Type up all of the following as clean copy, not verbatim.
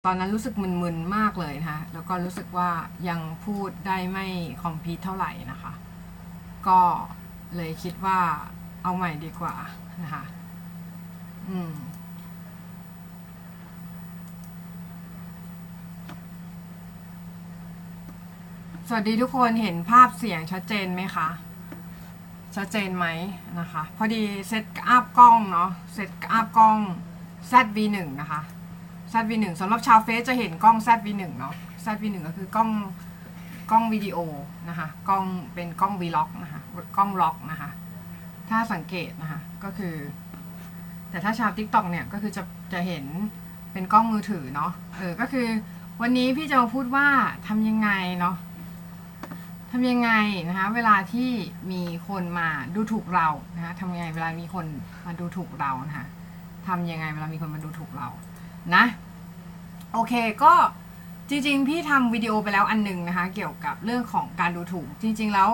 ตอนนั้นรู้สึกมึนๆมากเลยนะคะแล้วก็รู้สึกว่ายังพูดได้ไม่คอมพลีทเท่าไหร่นะคะก็เลยคิดว่าเอาใหม่ดีกว่านะคะสวัสดีทุกคนเห็นภาพเสียงชัดเจนไหมคะชัดเจนไหมนะคะพอดีเซตอัพกล้องเนาะเซตอัพกล้อง ZV1 นะคะ ZV1 สำหรับชาวเฟซจะเห็นกล้อง ZV1 เนาะ ZV1 ก็คือกล้องวิดีโอนะคะกล้องเป็นกล้อง Vlog นะคะกล้องล็อกนะคะถ้าสังเกตนะคะก็คือแต่ถ้าชาว TikTok เนี่ยก็คือจะเห็นเป็นกล้องมือถือเนาะก็คือวันนี้พี่จะมาพูดว่าทำยังไงเนาะทำยังไงนะคะเวลาที่มีคนมาดูถูกเรานะคะทำยังไงเวลามีคนมาดูถูกเรานะคะทำยังไงเวลามีคนมาดูถูกเรานะโอเคก็จริงๆพี่ทำวิดีโอไปแล้วอันหนึ่งนะคะเกี่ยวกับเรื่องของการดูถูกจริงๆแล้ว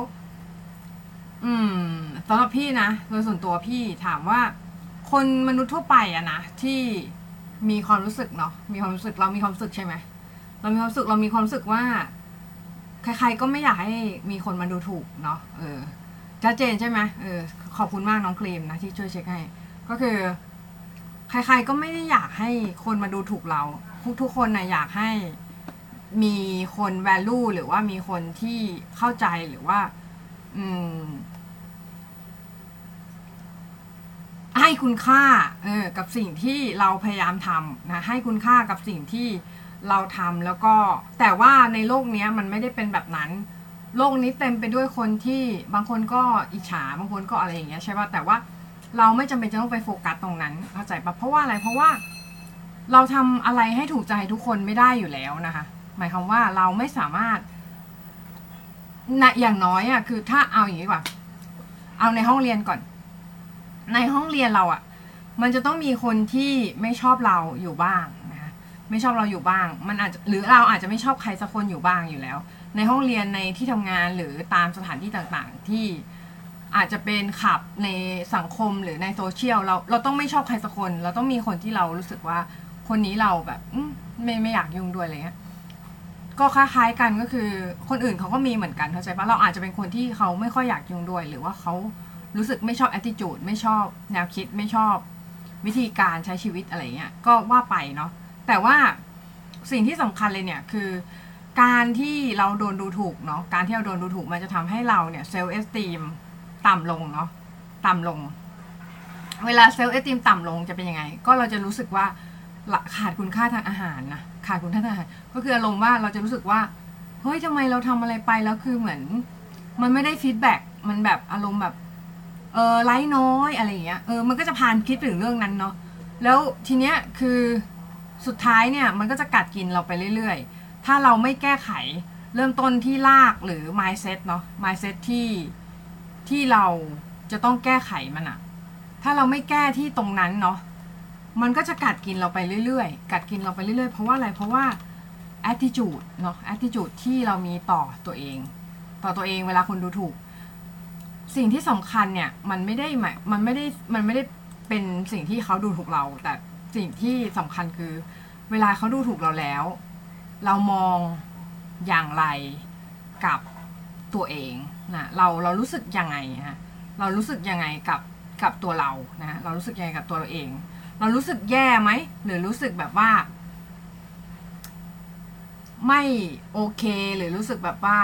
สำหรับพี่นะโดยส่วนตัวพี่ถามว่าคนมนุษย์ทั่วไปอะนะที่มีความรู้สึกเนาะมีความรู้สึกเรามีความรู้สึกใช่ไหมเรามีความรู้สึกว่าใครๆก็ไม่อยากให้มีคนมาดูถูกเนาะชัดเจนใช่ไหมขอบคุณมากน้องครีมนะที่ช่วยเช็คให้ก็คือใครๆก็ไม่ได้อยากให้คนมาดูถูกเราทุกคนนะอยากให้มีคน value หรือว่ามีคนที่เข้าใจหรือว่าให้คุณค่ากับสิ่งที่เราพยายามทำนะให้คุณค่ากับสิ่งที่เราทำแล้วก็แต่ว่าในโลกนี้มันไม่ได้เป็นแบบนั้นโลกนี้เต็มไปด้วยคนที่บางคนก็อิจฉาบางคนก็อะไรอย่างเงี้ยใช่ป่ะแต่ว่าเราไม่จำเป็นจะต้องไปโฟกัสตรงนั้นเข้าใจป่ะเพราะว่าอะไรเพราะว่าเราทำอะไรให้ถูกใจทุกคนไม่ได้อยู่แล้วนะคะหมายความว่าเราไม่สามารถนะอย่างน้อยอ่ะคือถ้าเอาอย่างนี้ดีกว่าเอาในห้องเรียนก่อนในห้องเรียนเราอ่ะมันจะต้องมีคนที่ไม่ชอบเราอยู่บ้างนะคะไม่ชอบเราอยู่บ้างมันอาจจะหรือเราอาจจะไม่ชอบใครสักคนอยู่บ้างอยู่แล้วในห้องเรียนในที่ทำงานหรือตามสถานที่ต่างๆที่อาจจะเป็นขับในสังคมหรือในโซเชียลเราต้องไม่ชอบใครสักคนเราต้องมีคนที่เรารู้สึกว่าคนนี้เราแบบไม่อยากยุ่งด้วยอะไรเงี้ยก็คล้ายๆกันก็คือคนอื่นเขาก็มีเหมือนกันเข้าใจปะเราอาจจะเป็นคนที่เขาไม่ค่อยอยากยุ่งด้วยหรือว่าเขารู้สึกไม่ชอบ attitude ไม่ชอบแนวคิดไม่ชอบวิธีการใช้ชีวิตอะไรเงี้ยก็ว่าไปเนาะแต่ว่าสิ่งที่สำคัญเลยเนี่ยคือการที่เราโดนดูถูกเนาะการที่เราโดนดูถูกมันจะทำให้เราเนี่ยเซลฟ์เอสติมต่ำลงเนาะต่ำลงเวลาเซลฟ์เอสติมต่ำลงจะเป็นยังไงก็เราจะรู้สึกว่าขาดคุณค่าทางอาหารนะขาดคุณค่าทางอาหารก็คืออารมณ์ว่าเราจะรู้สึกว่าเฮ้ยทำไมเราทำอะไรไปแล้วคือเหมือนมันไม่ได้ฟีดแบ็กมันแบบอารมณ์แบบไลค์น้อยอะไรอย่างเงี้ยมันก็จะพานคิดถึงเรื่องนั้นเนาะแล้วทีเนี้ยคือสุดท้ายเนี่ยมันก็จะกัดกินเราไปเรื่อยๆถ้าเราไม่แก้ไขเริ่มต้นที่รากหรือ mindset เนาะ mindset ที่เราจะต้องแก้ไขมันอะถ้าเราไม่แก้ที่ตรงนั้นเนาะมันก็จะกัดกินเราไปเรื่อยๆกัดกินเราไปเรื่อยๆเพราะว่าอะไรเพราะว่า attitude เนาะ attitude ที่เรามีต่อตัวเองเวลาคนดูถูกสิ่งที่สำคัญเนี่ยมันไม่ได้เป็นสิ่งที่เขาดูถูกเราแต่สิ่งที่สำคัญคือเวลาเขาดูถูกเราแล้วเรามองอย่างไรกับตัวเองนะเรารู้สึกยังไงฮะเรารู้สึกยังไงกับตัวเรานะเรารู้สึกยังไงกับตัวเราเองเรารู้สึกแย่ไหมหรือรู้สึกแบบว่าไม่โอเคหรือรู้สึกแบบว่า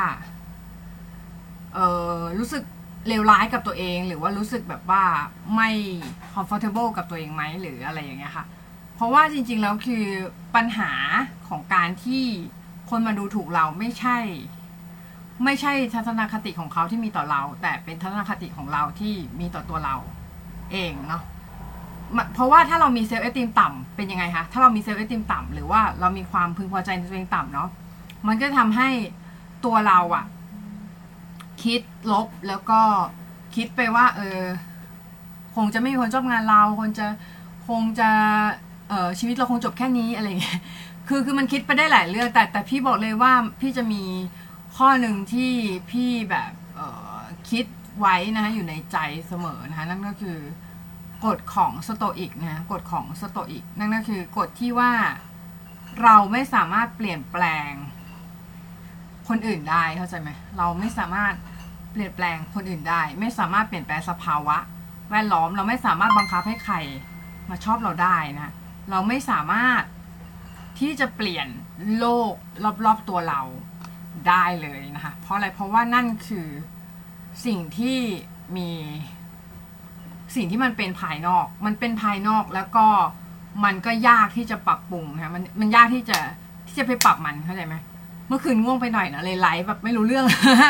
รู้สึกเลวร้ายกับตัวเองหรือว่ารู้สึกแบบว่าไม่ comfortable กับตัวเองไหมหรืออะไรอย่างเงี้ยค่ะเพราะว่าจริงๆแล้วคือปัญหาของการที่คนมาดูถูกเราไม่ใช่ทัศนคติของเขาที่มีต่อเราแต่เป็นทัศนคติของเราที่มีต่อตัวเราเองเนาะเพราะว่าถ้าเรามีเซลฟ์เอสติมต่ำเป็นยังไงคะถ้าเรามีเซลฟ์เอสติมต่ำหรือว่าเรามีความพึงพอใจในตัวเองต่ำเนาะมันก็ทำให้ตัวเราอะคิดลบแล้วก็คิดไปว่าคงจะไม่มีคนชอบงานเราคงจะชีวิตเราคงจบแค่นี้อะไรเงี้ยคือมันคิดไปได้หลายเรื่องแต่พี่บอกเลยว่าพี่จะมีข้อหนึ่งที่พี่แบบคิดไว้นะคะอยู่ในใจเสมอนะคะนั่นก็คือกฎของสโตอิกนะกฎของสโตอิกนั่นก็คือกฎที่ว่าเราไม่สามารถเปลี่ยนแปลงคนอื่นได้เข้าใจไหมเราไม่สามารถเปลี่ยนแปลงคนอื่นได้ไม่สามารถเปลี่ยนแปลงสภาวะแวดล้อมเราไม่สามารถบังคับให้ใครมาชอบเราได้นะเราไม่สามารถที่จะเปลี่ยนโลกรอบๆตัวเราได้เลยนะคะเพราะอะไรเพราะว่านั่นคือสิ่งที่มีสิ่งที่มันเป็นภายนอกมันเป็นภายนอกแล้วก็มันก็ยากที่จะปรับปรุงนะมันยากที่จะไปปรับมันเข้าใจไหมเมื่อคืนง่วงไปหน่อยนะเลยไลฟ์แบบไม่รู้เรื่อง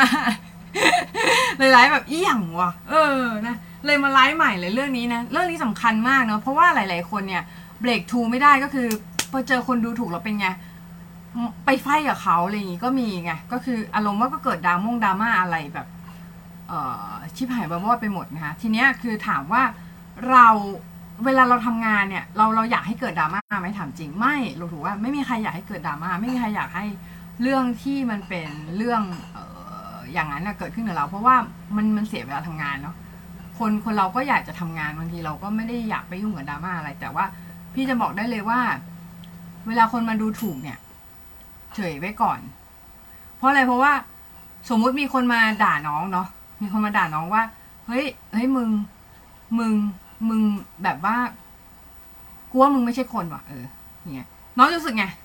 เลยไลฟ์แบบอี้หยังวะนะเลยมาไลฟ์ใหม่เลยเรื่องนี้นะเรื่องนี้สำคัญมากเนาะเพราะว่าหลายๆคนเนี่ยเบรกทูไม่ได้ก็คือพอเจอคนดูถูกเราเป็นไงไปไฟกับเขาอะไรอย่างงี้ก็มีไงก็คืออารมณ์ว่าก็เกิดดราม่าอะไรแบบชิบหายบ้าบอไปหมดนะคะทีเนี้ยคือถามว่าเราเวลาเราทำงานเนี่ยเราอยากให้เกิดดราม่าไหมถามจริงไม่เราถือว่าไม่มีใครอยากให้เกิดดราม่าไม่มีใครอยากให้เรื่องที่มันเป็นเรื่องอย่างนั้นเกิดขึ้นกับเราเพราะว่ามันเสียเวลาทำงานเนาะคนเราก็อยากจะทำงานบางทีเราก็ไม่ได้อยากไปยุ่งกับดราม่าอะไรแต่ว่าพี่จะบอกได้เลยว่าเวลาคนมาดูถูกเนี่ยเฉยไว้ก่อนเพราะอะไรเพราะว่าสมมุติมีคนมาด่าน้องเนาะมีคนมาด่าน้องว่าเฮ้ยมึงแบบว่ากลัวมึงไม่ใช่คนว่ะอย่างเงี้ยน้องรู้สึกไง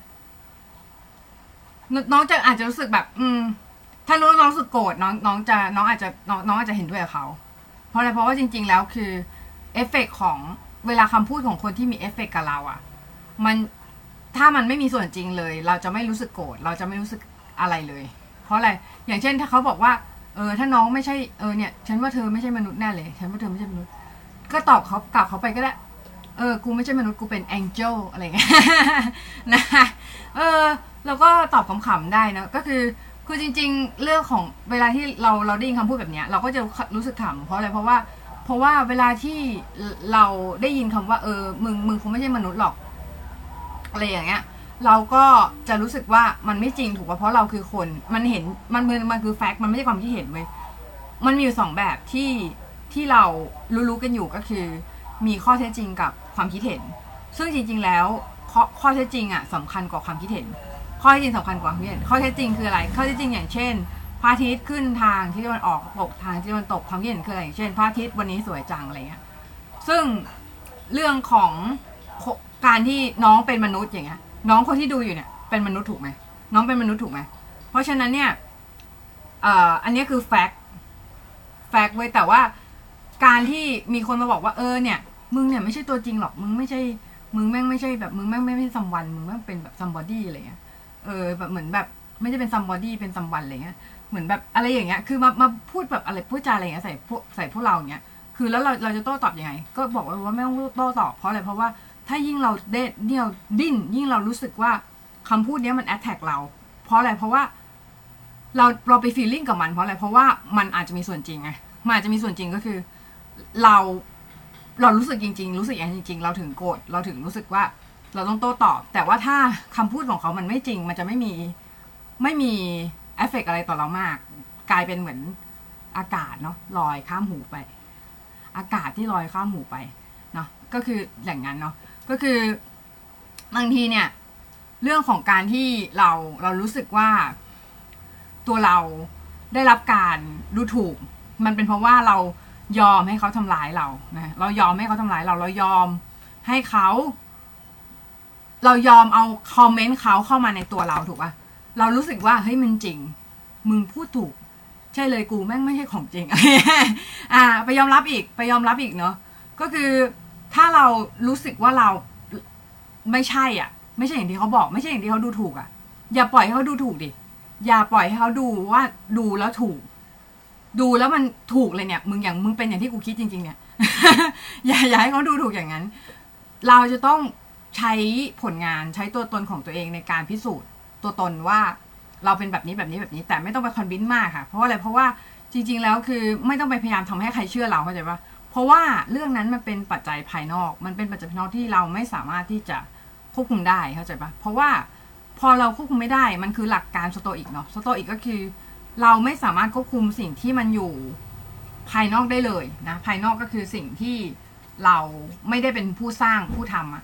น้องจะอาจจะรู้สึกแบบถ้าน้องรู้สึกโกรธน้องอาจจะเห็นด้วยกับเขาเพราะอะไรเพราะว่าจริงๆแล้วคือเอฟเฟกของเวลาคำพูดของคนที่มีเอฟเฟกกับเราอ่ะมันถ้ามันไม่มีส่วนจริงเลยเราจะไม่รู้สึกโกรธเราจะไม่รู้สึกอะไรเลยเพราะอะไรอย่างเช่นถ้าเขาบอกว่าถ้าน้องไม่ใช่เนี่ยฉันว่าเธอไม่ใช่มนุษย์แน่เลยฉันว่าเธอไม่ใช่มนุษย์ก็ตอบเขากลับเขาไปก็ได้กูไม่ใช่มนุษย์กูเป็นแองเจิลอะไรเงี้ยนะเราก็ตอบขำๆได้นะก็คือจริงๆเรื่องของเวลาที่เราได้ยินคำพูดแบบนี้เราก็จะรู้สึกขำเพราะอะไรเพราะว่าเวลาที่เราได้ยินคำว่ามึงคงไม่ใช่มนุษย์หรอกอะไรอย่างเงี้ยเราก็จะรู้สึกว่ามันไม่จริงถูกป่ะเพราะเราคือคนมันเห็นมันคือแฟกต์มันไม่ใช่ความคิดเห็นเว้ยมันมีอยู่สองแบบที่เรารู้กันอยู่ก็คือมีข้อเท็จจริงกับความคิดเห็นซึ่งจริงๆแล้วข้อเท็จจริงอ่ะสำคัญกว่าความคิดเห็นข้อเท็จจริงสำคัญกว่าความคิดเห็นข้อเท็จจริงคืออะไรข้อเท็จจริงอย่างเช่นพระอาทิตย์ขึ้นทางที่ตะวันออกตกทางที่ตะวันตกความคิดเห็นคืออะไรอย่างเช่นพระอาทิตย์วันนี้สวยจังอะไรเงี้ยซึ่งเรื่องของการที่น้องเป็นมนุษย์อย่างเงี้ยน้องคนที่ดูอยู่เนี่ยเป็นมนุษย์ถูกไหมน้องเป็นมนุษย์ถูกไหมเพราะฉะนั้นเนี่ยอันนี้คือแฟกต์ไว้แต่ว่าการที่มีคนมาบอกว่าเนี่ยมึงเนี่ยไม่ใช่ตัวจริงหรอกมึงแม่งไม่ใช่แบบมึงแม่งไม่ใช่ซัมวันมึงแม่งเป็นแบบซัมบอดี้อะไรเงี้ยแบบเหมือนแบบไม่ใช่เป็นซัมบอดี้เป็นซัมวันอะไรเงี้ยเหมือนแบบอะไรอย่างเงี้ยคือมาพูดแบบอะไรพูดจาอะไรเงี้ยใส่พวกเราอย่างเงี้ยคือแล้วเราจะโต้ตอบยังไงก็บอกว่าไม่ต้องโต้ตอบเพราะอะไรเพราะว่าถ้ายิ่งเราดิ้นยิ่งเรารู้สึกว่าคำพูดนี้มันแอทแทกเราเพราะอะไรเพราะว่าเราไปฟีลลิ่งกับมันเพราะอะไรเพราะว่ามันอาจจะมีส่วนจริงไงมันอาจจะมีส่วนจริงก็คือเรารู้สึกจริงๆรู้สึกอย่างจริงๆเราถึงโกรธเราถึงรู้สึกว่าเราต้องโต้ตอบแต่ว่าถ้าคำพูดของเขามันไม่จริงมันจะไม่มีเอฟเฟกต์อะไรต่อเรามากกลายเป็นเหมือนอากาศเนาะลอยข้ามหูไปอากาศที่ลอยข้ามหูไปเนาะก็คืออย่างนั้นเนาะก็คือบางทีเนี่ยเรื่องของการที่เรารู้สึกว่าตัวเราได้รับการดูถูกมันเป็นเพราะว่าเรายอมให้เขาทำร้ายเรานะเรายอมให้เขาทำร้ายเรายอมให้เขาเรายอมเอาคอมเมนต์เขาเข้ามาในตัวเราถูกป่ะเรารู้สึกว่าเฮ้ยมันจริงมึงพูดถูกใช่เลยกูแม่งไม่ใช่ของจริงไปยอมรับอีกเนาะก็คือถ้าเรารู้สึกว่าเราไม่ใช่ไม่ใช่อย่างที่เขาบอกไม่ใช่อย่างที่เขาดูถูกอย่าปล่อยให้เขาดูถูกดิอย่าปล่อยให้เขาดูว่าดูแล้วถูกดูแล้วมันถูกเลยเนี่ยมึงเป็นอย่างที่กูคิดจริงๆเนี่ย อย่าให้เขาดูถูกอย่างนั้นเราจะต้องใช้ผลงานใช้ตัวตนของตัวเองในการพิสูจน์ตัวตนว่าเราเป็นแบบนี้แต่ไม่ต้องไปคอนวินส์มากค่ะเพราะอะไรเพราะว่าจริงๆแล้วคือไม่ต้องไปพยายามทำให้ใครเชื่อเราเข้าใจปะเพราะว่าเรื่องนั้นมันเป็นปัจจัยภายนอกมันเป็นปัจจัยภายนอกที่เราไม่สามารถที่จะควบคุมได้เข้าใจปะเพราะว่าพอเราควบคุมไม่ได้มันคือหลักการสโตอิกเนาะสโตอิกก็คือเราไม่สามารถควบคุมสิ่งที่มันอยู่ภายนอกได้เลยนะภายนอกก็คือสิ่งที่เราไม่ได้เป็นผู้สร้างผู้ทำ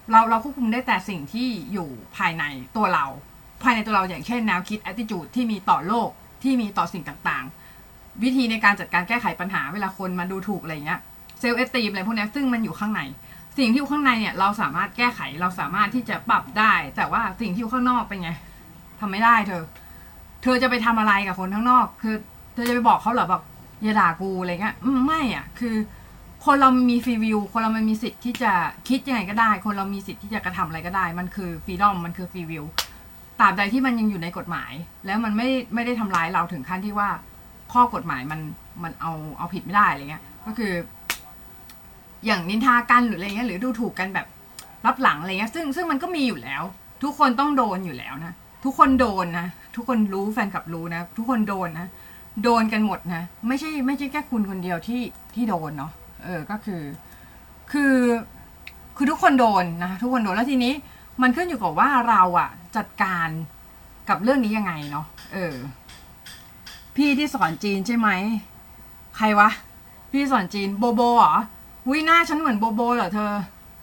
เราควบคุมได้แต่สิ่งที่อยู่ภายในตัวเราอย่างเช่นแนวคิด attitude ที่มีต่อโลกที่มีต่อสิ่งต่างๆวิธีในการจัดการแก้ไขปัญหาเวลาคนมาดูถูกอะไรเงี้ยเซลล์เอสตีมอะไรพวกนี้ซึ่งมันอยู่ข้างในสิ่งที่อยู่ข้างในเนี่ยเราสามารถแก้ไขเราสามารถที่จะปรับได้แต่ว่าสิ่งที่อยู่ข้างนอกเป็นไงทำไม่ได้เธอจะไปทำอะไรกับคนข้างนอกคือเธอจะไปบอกเขาเหรอแบบอย่าด่ากูอะไรเงี้ยไม่อ่ะคือคนเรามีฟรีวิวคนเรามันมีสิทธิ์ที่จะคิดยังไงก็ได้คนเรามีสิทธิ์ที่จะกระทำอะไรก็ได้มันคือฟรีดอมมันคือฟรีวิวตราบใดที่มันยังอยู่ในกฎหมายแล้วมันไม่ได้ทำร้ายเราถึงขั้นที่ว่าข้อกฎหมายมันเอาผิดไม่ได้อะไรเงี้ยก็คืออย่างนินทากันหรืออะไรเงี้ยหรือดูถูกกันแบบรับหลังอะไรเงี้ยซึ่งมันก็มีอยู่แล้วทุกคนต้องโดนอยู่แล้วนะทุกคนโดนนะทุกคนรู้แฟนคลับรู้นะทุกคนโดนนะโดนกันหมดนะไม่ใช่แค่คุณคนเดียวที่โดนเนาะก็คือทุกคนโดนนะทุกคนโดนแล้วทีนี้มันขึ้นอยู่กับว่าเราอะจัดการกับเรื่องนี้ยังไงเนาะพี่ที่สอนจีนใช่ไหมใครวะพี่สอนจีนโบโบเหรอวิหน้าฉันเหมือนโบโบเหรอเธอ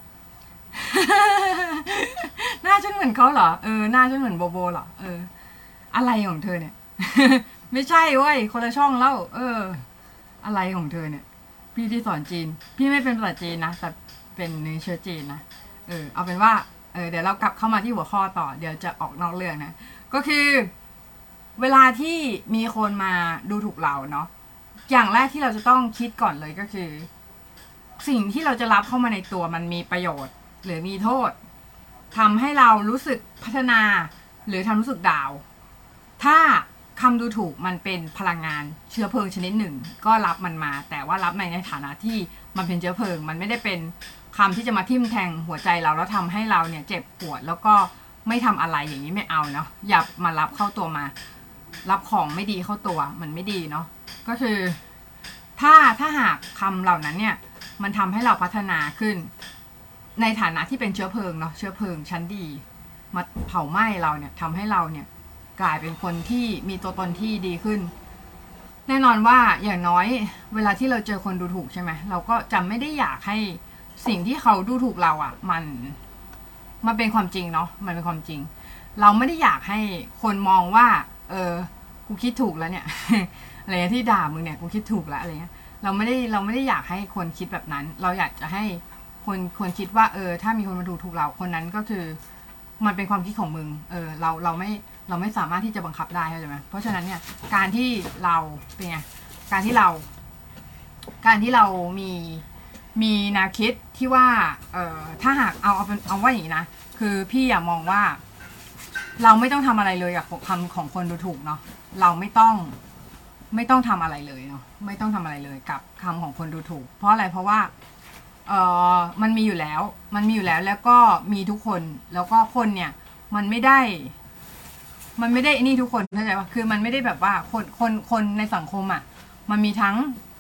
หน้าฉันเหมือนเขาเหรอหน้าฉันเหมือนโบโบเหรออะไรของเธอเนี่ย ไม่ใช่เว้ยคนละช่องแล้วอะไรของเธอเนี่ยพี่ที่สอนจีนพี่ไม่เป็นภาษาจีนนะแต่เป็นเนื้อเชื้อจีนนะเอาเป็นว่าเดี๋ยวเรากลับเข้ามาที่หัวข้อต่อเดี๋ยวจะออกนอกเรื่องนะก็คือเวลาที่มีคนมาดูถูกเราเนาะอย่างแรกที่เราจะต้องคิดก่อนเลยก็คือสิ่งที่เราจะรับเข้ามาในตัวมันมีประโยชน์หรือมีโทษทำให้เรารู้สึกพัฒนาหรือทำรู้สึกดาวถ้าคำดูถูกมันเป็นพลังงานเชื้อเพลิงชนิดหนึ่งก็รับมันมาแต่ว่ารับในฐานะที่มันเป็นเชื้อเพลิงมันไม่ได้เป็นคำที่จะมาทิ่มแทงหัวใจเราแล้วทำให้เราเนี่ยเจ็บปวดแล้วก็ไม่ทำอะไรอย่างนี้ไม่เอาเนาะอย่ามารับเข้าตัวมารับของไม่ดีเข้าตัวมันไม่ดีเนาะก็คือถ้าหากคำเหล่านั้นเนี่ยมันทำให้เราพัฒนาขึ้นในฐานะที่เป็นเชื้อเพลิงเนาะเชื้อเพลิงชั้นดีมาเผาไหม้เราเนี่ยทำให้เราเนี่ยกลายเป็นคนที่มีตัวตนที่ดีขึ้นแน่นอนว่าอย่างน้อยเวลาที่เราเจอคนดูถูกใช่ไหมเราก็จะไม่ได้อยากให้สิ่งที่เขาดูถูกเราอ่ะมันเป็นความจริงเนาะมันเป็นความจริงเราไม่ได้อยากให้คนมองว่ากูคิดถูกแล้วเนี่ย อะไรที่ด่ามึงเนี่ยกูคิดถูกแล้วอะไรเงี้ยเราไม่ได้อยากให้คนคิดแบบนั้นเราอยากจะให้คนคิดว่าถ้ามีคนมาดูถูกเราคนนั้นก็คือมันเป็นความคิดของมึงเราไม่สามารถที่จะบังคับได้ใช่ไหมเพราะฉะนั้นเนี่ยการที่เราเป็นไงการที่เรามีแนวคิดที่ว่าถ้าหากเอาว่าอย่างนี้นะคือพี่อย่ามองว่าเราไม่ต้องทำอะไรเลยกับคำของคนดูถูกเนาะเราไม่ต้องทำอะไรเลยเนาะไม่ต้องทำอะไรเลยกับคำของคนดูถูกเพราะอะไรเพราะว่ามันมีอยู่แล้วแล้วก็มีทุกคนแล้วก็คนเนี่ยมันไม่ได้นี่ทุกคนเข้าใจป่ะคือมันไม่ได้แบบว่าคนในสังคมอ่ะมันมีทั้ง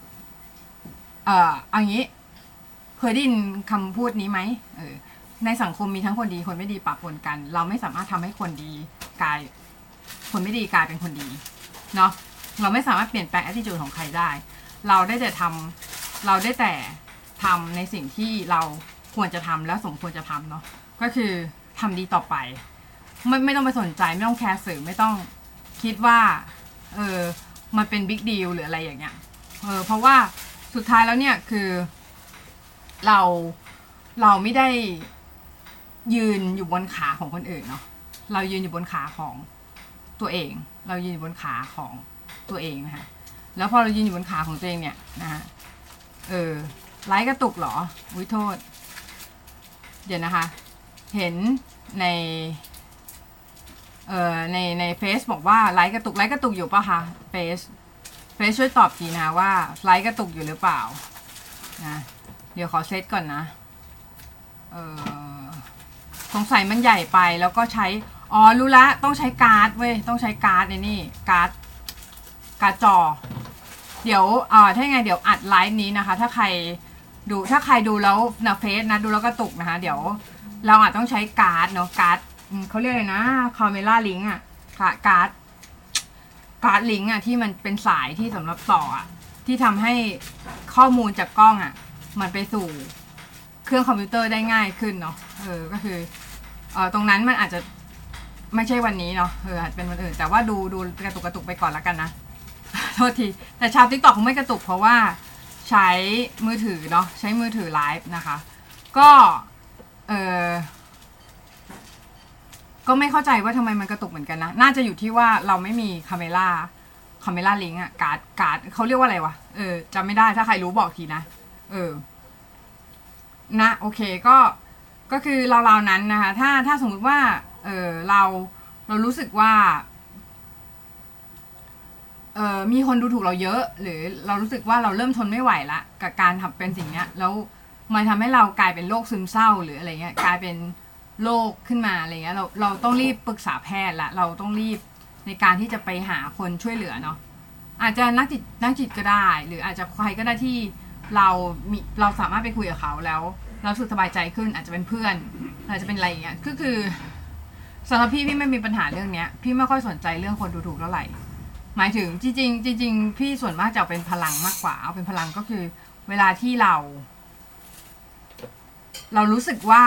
เอางี้เคยได้ยินคำพูดนี้ไหมในสังคมมีทั้งคนดีคนไม่ดีปะปนกันเราไม่สามารถทำให้คนดีคนไม่ดีกลายเป็นคนดีเนาะเราไม่สามารถเปลี่ยนแปลง attitude ของใครได้เราได้แต่ทำในสิ่งที่เราควรจะทำและสมควรจะทำเนาะก็คือทำดีต่อไปไม่ต้องไปสนใจไม่ต้องแคร์สื่อไม่ต้องคิดว่ามันเป็นบิ๊กดีลหรืออะไรอย่างเงี้ยเพราะว่าสุดท้ายแล้วเนี่ยคือเราไม่ได้ยืนอยู่บนขาของคนอื่นเนาะเรายืนอยู่บนขาของตัวเองเรายืนอยู่บนขาของตัวเองนะคะแล้วพอเรายืนอยู่บนขาของตัวเองเนี่ยนะฮะไลค์กระตุกเหรออุ้ยโทษเดี๋ยวนะคะเห็นในในเฟซบอกว่าไลค์กระตุกอยู่ป่ะคะเฟซช่วยตอบทีนะว่าไลค์กระตุกอยู่หรือเปล่านะเดี๋ยวขอเซตก่อนนะสงสัยมันใหญ่ไปแล้วก็ใช้รู้ละต้องใช้การ์ดเว้ยต้องใช้การ์ดในนี่การ์ดจอเดี๋ยวถ้าไงเดี๋ยวอัดไลฟ์นี้นะคะถ้าใครดูแล้วนะเฟซนะดูแล้วกระตุกนะคะเดี๋ยวเราอาจต้องใช้การ์ดเนาะการ์ดเขาเรียกอะไรนะคาเมล่าลิงก์อ่ะการ์ดลิงก์อ่ะที่มันเป็นสายที่สำหรับต่ออ่ะที่ทำให้ข้อมูลจากกล้องอ่ะมันไปสู่เครื่องคอมพิวเตอร์ได้ง่ายขึ้นเนาะก็คือตรงนั้นมันอาจจะไม่ใช่วันนี้เนาะอาจเป็นวันอื่นแต่ว่าดูกระตุกไปก่อนแล้วกันนะโทษทีแต่ชาว TikTok คงไม่กระตุกเพราะว่าใช้มือถือเนาะใช้มือถือไลฟ์นะคะก็ก็ไม่เข้าใจว่าทำไมมันกระตุกเหมือนกันนะน่าจะอยู่ที่ว่าเราไม่มีคาเมล่าลิงก์อะการ์ดเขาเรียกว่าอะไรวะจำไม่ได้ถ้าใครรู้บอกทีนะนะโอเคก็คือเรานั้นนะคะถ้าสมมติว่าเรารู้สึกว่ามีคนดูถูกเราเยอะหรือเรารู้สึกว่าเราเริ่มทนไม่ไหวละกับการทำเป็นสิ่งเนี้ยแล้วมันทำให้เรากลายเป็นโรคซึมเศร้าหรืออะไรเงี้ยกลายเป็นโรคขึ้นมาอะไรเงี้ยเราต้องรีบปรึกษาแพทย์ละเราต้องรีบในการที่จะไปหาคนช่วยเหลือเนาะอาจจะนักจิตก็ได้หรืออาจจะใครก็ได้ที่เราสามารถไปคุยกับเขาแล้วเราสึกสบายใจขึ้นอาจจะเป็นเพื่อนอาจจะเป็นอะไรอย่างเงี้ยคือสำหรับพี่ไม่มีปัญหาเรื่องเนี้ยพี่ไม่ค่อยสนใจเรื่องคนดูถูกเท่าไหร่หมายถึงจริงพี่ส่วนมากจะเอาเป็นพลังมากกว่าเอาเป็นพลังก็คือเวลาที่เรารู้สึกว่า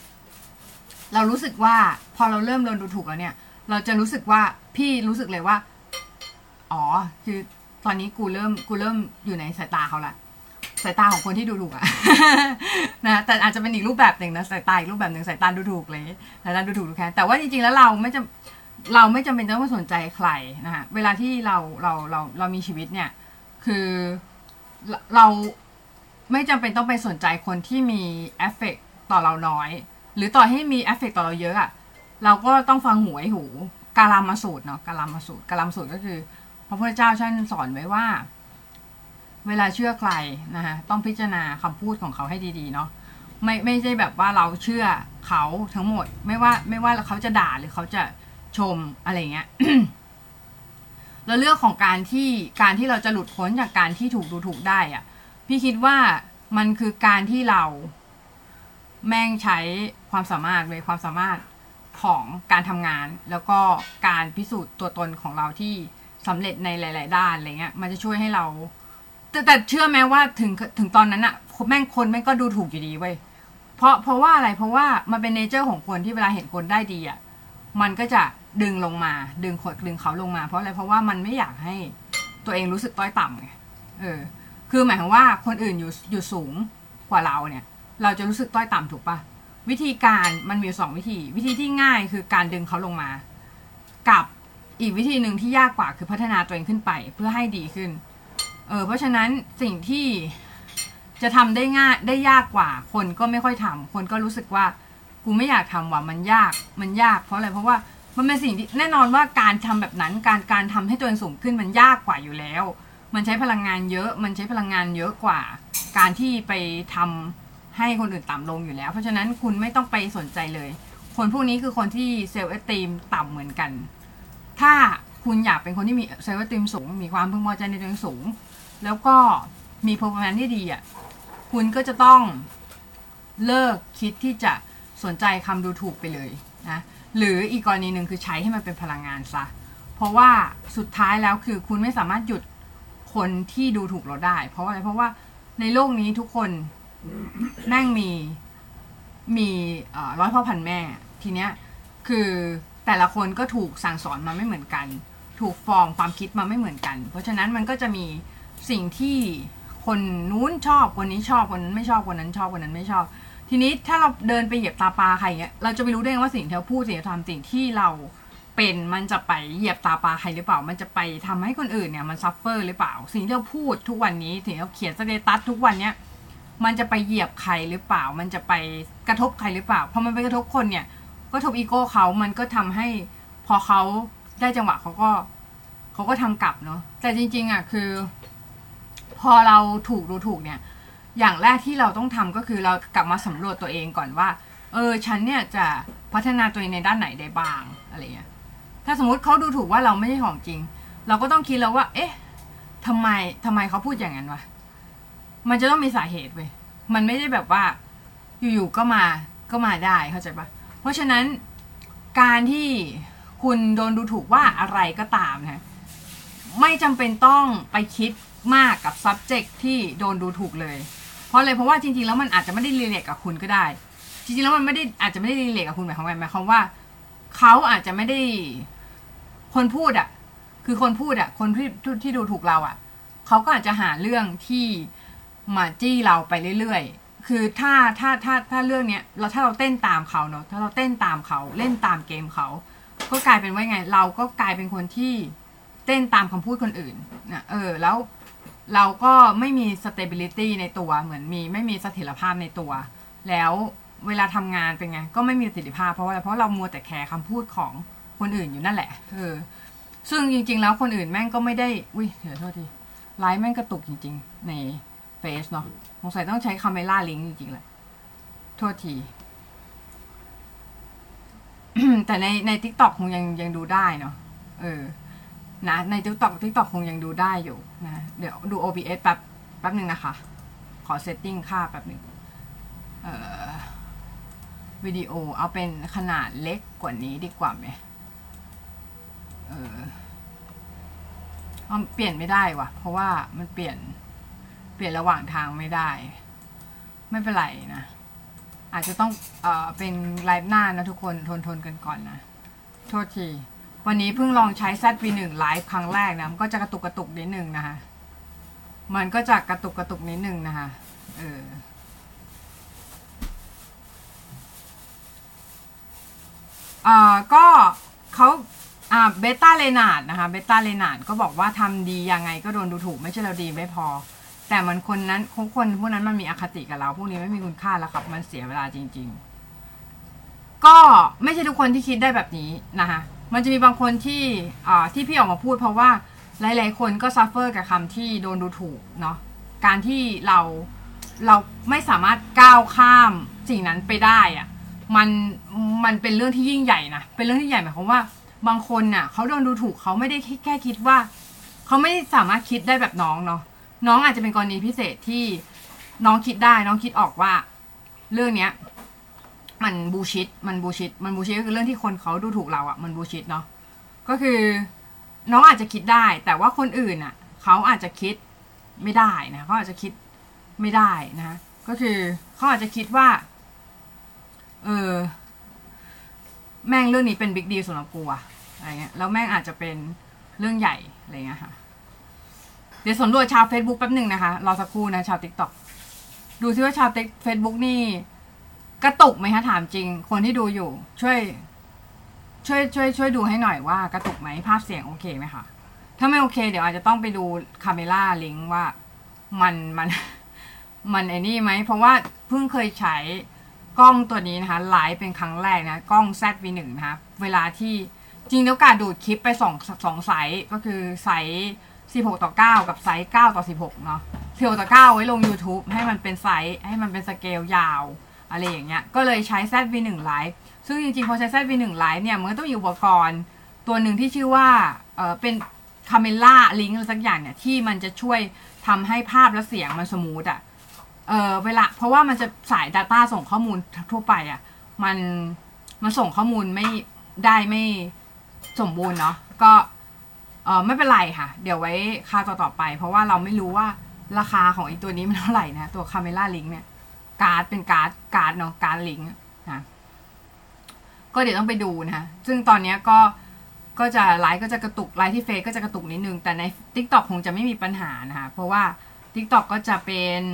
พอเราเริ่มโดนดูถูกแล้วเนี่ยเราจะรู้สึกว่าพี่รู้สึกเลยว่าอ๋อคือตอนนี้กูเริ่มอยู่ในสายตาเขาละสายตาของคนที่ดูถูกอะ นะแต่อาจจะเป็นอีกรูปแบบหนึ่งนะสายตาอีกรูปแบบหนึ่งสายตาดูถูกเลยสายตาดูถูกดูแค่แต่ว่าจริงๆแล้วเราไม่จำเป็นต้องสนใจใครนะคะเวลาที่เรามีชีวิตเนี่ยคือเราไม่จำเป็นต้องไปสนใจคนที่มีเอฟเฟกต์ต่อเราน้อยหรือต่อให้มีเอฟเฟกต์ต่อเราเยอะอะเราก็ต้องฟังหูไอ้หูกาลามาสูตรเนาะกาลามาสูตรก็คือพระพุทธเจ้าท่านสอนไว้ว่าเวลาเชื่อใครนะคะต้องพิจารณาคำพูดของเขาให้ดีๆเนาะไม่ใช่แบบว่าเราเชื่อเขาทั้งหมดไม่ว่าเขาจะด่าหรือเขาจะชมอะไรเงี้ย แล้วเรื่องของการที่เราจะหลุดพ้นจากการที่ถูกดูถูกได้อ่ะพี่คิดว่ามันคือการที่เราแม่งใช้ความสามารถของการทำงานแล้วก็การพิสูจน์ตัวตนของเราที่สำเร็จในหลายๆด้านอะไรเงี้ยมันจะช่วยให้เราแต่เชื่อไหมว่าถึงตอนนั้นอะคนแม่งก็ดูถูกอยู่ดีเว้ยเพราะว่าอะไรเพราะว่ามันเป็นเนเจอร์ของคนที่เวลาเห็นคนได้ดีอะมันก็จะดึงลงมาดึงเขาลงมาเพราะอะไรเพราะว่ามันไม่อยากให้ตัวเองรู้สึกต้อยต่ำไงคือหมายถึงว่าคนอื่นอยู่สูงกว่าเราเนี่ยเราจะรู้สึกต้อยต่ำถูกปะวิธีการมันมี2วิธีที่ง่ายคือการดึงเขาลงมากับอีกวิธีหนึ่งที่ยากกว่าคือพัฒนาตัวเองขึ้นไปเพื่อให้ดีขึ้นเพราะฉะนั้นสิ่งที่จะทำได้ง่ายได้ยากกว่าคนก็ไม่ค่อยทำคนก็รู้สึกว่ากูไม่อยากทำว่ะมันยากเพราะอะไรเพราะว่ามันเป็นสิ่งที่แน่นอนว่าการทำแบบนั้นการทำให้ตัวเองสูงขึ้นมันยากกว่าอยู่แล้วมันใช้พลังงานเยอะกว่าการที่ไปทำให้คนอื่นต่ำลงอยู่แล้วเพราะฉะนั้นคุณไม่ต้องไปสนใจเลยคนพวกนี้คือคนที่เซลล์เอสตีมต่ำเหมือนกันถ้าคุณอยากเป็นคนที่มีเซลล์เอสตีมสูงมีความพึงพอใจในตัวเองสูงแล้วก็มีเพอร์ฟอร์แมนซ์ที่ดีอ่ะคุณก็จะต้องเลิกคิดที่จะสนใจคำดูถูกไปเลยนะหรืออีกกรณีหนึ่งคือใช้ให้มันเป็นพลังงานซะเพราะว่าสุดท้ายแล้วคือคุณไม่สามารถหยุดคนที่ดูถูกเราได้เพราะอะไรเพราะว่าในโลกนี้ทุกคนแม่งมีร้อยพ่อพันแม่ทีเนี้ยคือแต่ละคนก็ถูกสั่งสอนมาไม่เหมือนกันถูกฟอร์มความคิดมาไม่เหมือนกันเพราะฉะนั้นมันก็จะมีสิ่งที่คนนู้นชอบคนนี้ชอบคนนั้นไม่ชอบคนนั้นชอบคนนั้นไม่ชอบทีนี้ถ้าเราเดินไปเหยียบตาปลาใครเงี้ยเราจะไม่รู้ได้ว่าสิ่งที่เราพูดสิ่งที่เราทำสิ่งที่เราเป็นมันจะไปเหยียบตาปลาใครหรือเปล่ามันจะไปทำให้คนอื่นเนี่ยมันซัฟเฟอร์หรือเปล่าสิ่งที่เราพูดทุกวันนี้สิ่งที่เราเขียนสเตตัสทุกวันเนี้ยมันจะไปเหยียบใครหรือเปล่ามันจะไปกระทบใครหรือเปล่าพอมันไปกระทบคนเนี่ยก็กระทบอีโก้เขามันก็ทำให้พอเขาได้จังหวะเขาก็ทำกลับเนาะแต่จริงๆอ่ะคือพอเราถูกดูถูกเนี่ยอย่างแรกที่เราต้องทำก็คือเรากลับมาสำรวจตัวเองก่อนว่าฉันเนี่ยจะพัฒนาตัวเองในด้านไหนได้บ้างอะไรเงี้ยถ้าสมมติเขาดูถูกว่าเราไม่ใช่ของจริงเราก็ต้องคิดแล้วว่าเอ๊ะทำไมเขาพูดอย่างนั้นวะมันจะต้องมีสาเหตุเว้ยมันไม่ได้แบบว่าอยู่ๆก็มาได้เข้าใจปะเพราะฉะนั้นการที่คุณโดนดูถูกว่าอะไรก็ตามนะไม่จำเป็นต้องไปคิดมากกับ subject ที่โดนดูถูกเลยเพราะอะไรเพราะว่าจริงๆแล้วมันอาจจะไม่ได้รีเลทกับคุณก็ได้จริงๆแล้วมันไม่ได้อาจจะไม่ได้รีเลทกับคุณหมายความว่าเขาอาจจะไม่ได้คนพูดอ่ะคือคนพูดอ่ะคนที่ดูถูกเราอ่ะเขาก็อาจจะหาเรื่องที่มาจี้เราไปเรื่อยๆคือถ้าเรื่องเนี้ยถ้าเราเต้นตามเขาเนาะถ้าเราเต้นตามเขาเล่นตามเกมเขาก็กลายเป็นว่าไงเราก็กลายเป็นคนที่เต้นตามคำพูดคนอื่นนะแล้วเราก็ไม่มี stability ในตัวเหมือนไม่มีเสถียรภาพในตัวแล้วเวลาทำงานเป็นไงก็ไม่มีประสิทธิภาพเพราะอะไรเพราะเรามัวแต่แคร์คำพูดของคนอื่นอยู่นั่นแหละซึ่งจริงๆแล้วคนอื่นแม่งก็ไม่ได้อุ้ยเดี๋ยวโทษทีไลฟ์แม่งกระตุกจริงๆในเฟซเนาะสงสัยต้องใช้คาเมล่าลิงก์จริงๆแหละโทษที แต่ใน TikTok คงยังดูได้เนาะนะใน TikTok คงยังดูได้อยู่นะเดี๋ยวดู OBS แป๊บหนึ่งนะคะขอเซตติ้งค่าแป๊บหนึ่งวิดีโอเอาเป็นขนาดเล็กกว่านี้ดีกว่าไหมเปลี่ยนไม่ได้ว่ะเพราะว่ามันเปลี่ยนระหว่างทางไม่ได้ไม่เป็นไรนะอาจจะต้องเป็นไลฟ์หน้านะทุกคนทนกันก่อนนะโทษทีวันนี้เพิ่งลองใช้ ZV1 ไลฟ์ครั้งแรกนะมันก็จะกระตุกนิดนึงนะคะมันก็จะกระตุกนิดนึงนะคะก็เขาเบต้าเลนาร์ดนะคะเบต้าเลนาร์ดก็บอกว่าทำดียังไงก็โดนดูถูกไม่ใช่เราดีไม่พอแต่มันคนพวกนั้นมันมีอคติกับเราพวกนี้ไม่มีคุณค่าแล้วครับมันเสียเวลาจริงๆก็ไม่ใช่ทุกคนที่คิดได้แบบนี้นะคะมันจะมีบางคนที่พี่ออกมาพูดเพราะว่าหลายๆคนก็ซัฟเฟอร์กับคำที่โดนดูถูกเนาะการที่เราไม่สามารถก้าวข้ามสิ่งนั้นไปได้อะมันเป็นเรื่องที่ยิ่งใหญ่นะเป็นเรื่องที่ใหญ่หมายความว่าบางคนน่ะเขาโดนดูถูกเขาไม่ได้แค่คิดว่าเขาไม่สามารถคิดได้แบบน้องเนาะน้องอาจจะเป็นกรณีพิเศษที่น้องคิดได้น้องคิดออกว่าเรื่องเนี้ยมันบูชิตก็คือเรื่องที่คนเขาดูถูกเราอ่ะมันบูชิตเนาะก็คือน้องอาจจะคิดได้แต่ว่าคนอื่นอ่ะเขาอาจจะคิดไม่ได้นะเขาอาจจะคิดไม่ได้นะก็คือเขาอาจจะคิดว่าแม่งเรื่องนี้เป็นบิ๊กดีลสำหรับกูอะอะไรเงี้ยแล้วแม่งอาจจะเป็นเรื่องใหญ่อะไรเงี้ยค่ะเดี๋ยวสำรวจชาว Facebook แป๊บหนึ่งนะคะรอสักครู่นะชาว TikTok ดูซิว่าชาว Facebook นี่กระตุกไหมคะถามจริงคนที่ดูอยู่ช่วยดูให้หน่อยว่ากระตุกไหมภาพเสียงโอเคไหมคะถ้าไม่โอเคเดี๋ยวอาจจะต้องไปดูคาเมล่าลิงก์ว่ามันไอ้นี่ไหมเพราะว่าเพิ่งเคยใช้กล้องตัวนี้นะคะไลฟ์เป็นครั้งแรกนะกล้อง ZV1 นะคะเวลาที่จริงแล้วการดูดคลิปไป2ไซส์ก็คือไซส์16:9กับไซส์9:16เนาะ16:9ไว้ลง YouTube ให้มันเป็นไซส์ให้มันเป็นสเกลยาวอะไรอย่างเงี้ยก็เลยใช้ ZV1 Live ซึ่งจริงๆพอใช้ ZV1 Live เนี่ยมันก็ต้องมีอุปกรณ์ตัวหนึ่งที่ชื่อว่าเป็นคาเมล่าลิงก์อะไรสักอย่างเนี่ยที่มันจะช่วยทำให้ภาพและเสียงมันสมูทอะเวลาเพราะว่ามันจะสาย Data ส่งข้อมูลทั่วไปอ่ะมันส่งข้อมูลไม่สมบูรณ์เนาะก็ไม่เป็นไรค่ะเดี๋ยวไว้ค่าต่อไปเพราะว่าเราไม่รู้ว่าราคาของไอ้ตัวนี้มันเท่าไหร่นะตัว Camera Link เนี่ยการ์ดเป็นการ์ดเนาะการ์ดลิงก์นะก็เดี๋ยวต้องไปดูนะซึ่งตอนนี้ก็จะไลฟ์ก็จะกระตุกไลฟ์ที่เฟซก็จะกระตุกนิดนึงแต่ใน TikTok คงจะไม่มีปัญหานะคะเพราะว่า TikTok ก็จะเป็น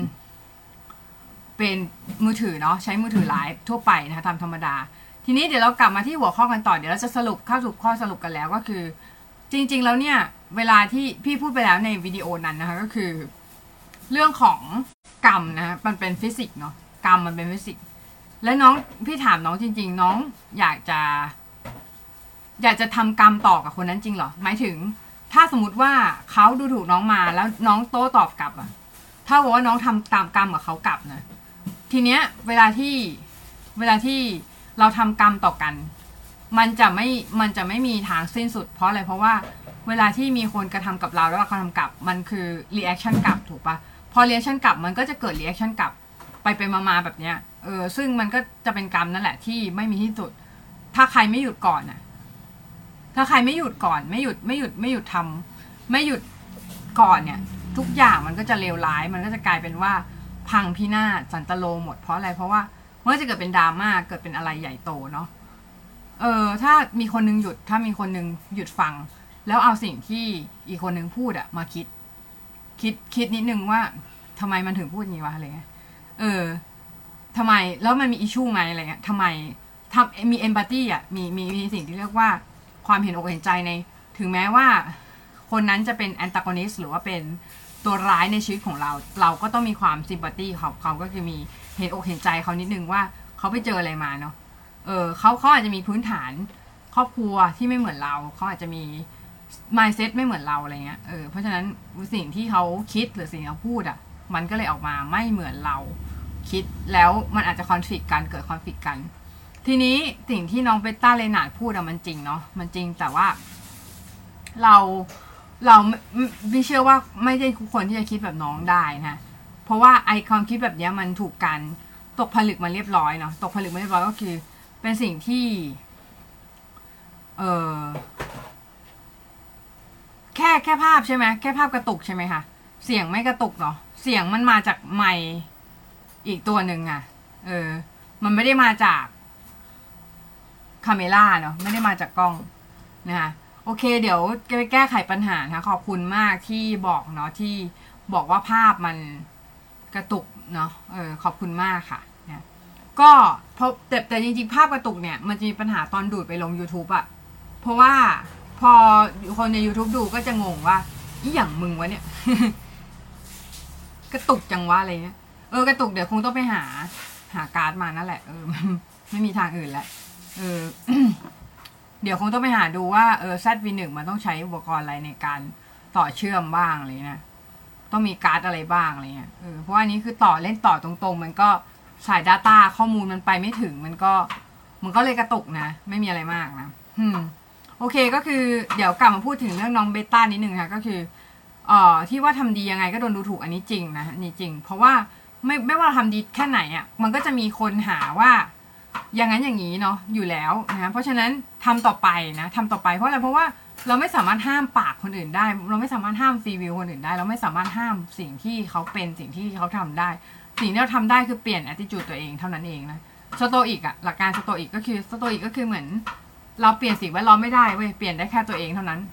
มือถือเนาะใช้มือถือไลฟ์ทั่วไปนะคะตามธรรมดาทีนี้เดี๋ยวเรากลับมาที่หัวข้อกันต่อเดี๋ยวเราจะสรุปเข้าสู่ข้อสรุปกันแล้วก็คือจริงๆแล้วเนี่ยเวลาที่พี่พูดไปแล้วในวิดีโอนั้นนะคะก็คือเรื่องของกรรมนะมันเป็นฟิสิกส์เนาะกรรมมันเป็นฟิสิกส์แล้วน้องพี่ถามน้องจริงๆน้องอยากจะทำกรรมต่อกับคนนั้นจริงเหรอหมายถึงถ้าสมมติว่าเขาดูถูกน้องมาแล้วน้องโต้ตอบกลับอะถ้าบอกว่าน้องทำตามกรรมกับเขากลับนะทีเนี้ยเวลาที่เราทำกรรมต่อกันมันจะไม่มีทางสิ้นสุดเพราะอะไรเพราะว่าเวลาที่มีคนกระทำกับเราแล้วเรากระทำกลับมันคือ reaction กลับถูกปะพอ reaction กลับมันก็จะเกิด reaction กลับไปมาแบบเนี้ยซึ่งมันก็จะเป็นกรรมนั่นแหละที่ไม่มีที่สุดถ้าใครไม่หยุดก่อนน่ะถ้าใครไม่หยุดก่อนไม่หยุดทำไม่หยุดก่อนเนี่ยทุกอย่างมันก็จะเลวร้ายมันก็จะกลายเป็นว่าพังพินาศสันตโลหมดเพราะอะไรเพราะว่าเมื่อจะเกิดเป็นดราม่าเกิดเป็นอะไรใหญ่โตเนาะถ้ามีคนนึงหยุดถ้ามีคนนึงหยุดฟังแล้วเอาสิ่งที่อีกคนนึงพูดอะมาคิดนิดนึงว่าทำไมมันถึงพูดอย่างนี้วะอะไรเงี้ยทำไมแล้วมันมีอิชชูไหมอะไรเงี้ยทำไมมีเอมพัตตี้อ่ะมีสิ่งที่เรียกว่าความเห็นอกเห็นใจในถึงแม้ว่าคนนั้นจะเป็นแอนตากอนิสต์หรือว่าเป็นตัวร้ายในชีวิตของเราก็ต้องมีความซิมพัตตี้เขาก็คือมีเห็นอกเห็นใจเขานิดนึงว่าเขาไปเจออะไรมาเนาะเขาอาจจะมีพื้นฐานครอบครัวที่ไม่เหมือนเราเขาอาจจะมี mindset ไม่เหมือนเราอะไรเงี้ยเพราะฉะนั้นสิ่งที่เขาคิดหรือสิ่งที่เขาพูดอ่ะมันก็เลยออกมาไม่เหมือนเราคิดแล้วมันอาจจะคอนฟ lict กันเกิดคอนฟ lict กันทีนี้สิ่งที่น้องเบตต้าเลนาร์ดพูดอะมันจริงเนาะมันจริงแต่ว่าเราไม่เชื่อว่าไม่ใช่ทุกคนที่จะคิดแบบน้องได้นะเพราะว่าไอความคิดแบบนี้มันถูกการตกผลึกมาเรียบร้อยเนาะตกผลึกมาเรียบร้อยก็คือเป็นสิ่งที่แค่ภาพใช่ไหมแค่ภาพกระตุกใช่ไหมคะเสียงไม่กระตุกเนาะเสียงมันมาจากไมค์อีกตัวหนึ่งอะมันไม่ได้มาจากคาเมล่าเนาะไม่ได้มาจากกล้องนะคะโอเคเดี๋ยวไปแก้ไขปัญหาค่ะขอบคุณมากที่บอกเนาะที่บอกว่าภาพมันกระตุกเนาะขอบคุณมากค่ะเนี่ยก็เพราะแต่จริงๆภาพกระตุกเนี่ยมันจะมีปัญหาตอนดูดไปลง YouTube อะเพราะว่าพอคนใน YouTube ดูก็จะงงว่าอีหยังมึงวะเนี่ย กระตุกจังวะอะไรเงี้ยกระตุกเดี๋ยวคงต้องไปหาการ์ดมานั่นแหละไม่มีทางอื่นแล้วเดี๋ยวคงต้องไปหาดูว่าZV1 มันต้องใช้อุปกรณ์อะไรในการต่อเชื่อมบ้างอะไรนะต้องมีการ์ดอะไรบ้างอะไรเงี้ยเพราะว่านี้คือเล่นต่อตรงๆมันก็สาย Data ข้อมูลมันไปไม่ถึงมันก็เลยกระตุกนะไม่มีอะไรมากนะโอเคก็คือเดี๋ยวกลับมาพูดถึงเรื่องน้องเบต้านิดนึงค่ะก็คือที่ว่าทำดียังไงก็โดนดูถูกอันนี้จริงนะอันนี้จริงเพราะว่าไม่ว่าเราทำดีแค่ไหนอ่ะมันก็จะมีคนหาว่าอย่างนั้นอย่างนี้เนาะอยู่แล้วนะเพราะฉะนั้นทำต่อไปนะทำต่อไปเพราะอะไรเพราะว่าเราไม่สามารถห้ามปากคนอื่นได้เราไม่สามารถห้ามฟรีวิวคนอื่นได้เราไม่สามารถห้ามสิ่งที่เขาเป็นสิ่งที่เขาทำได้สิ่งที่เราทำได้คือเปลี่ยน attitude ตัวเองเท่านั้นเองนะสโตอิกอะหลักการสโตอิกก็คือเหมือนเราเปลี่ยนสิ่งแวดล้อมไม่ได้เว้ยเปลี่ยนได้แค่ตัวเองเท่านั้น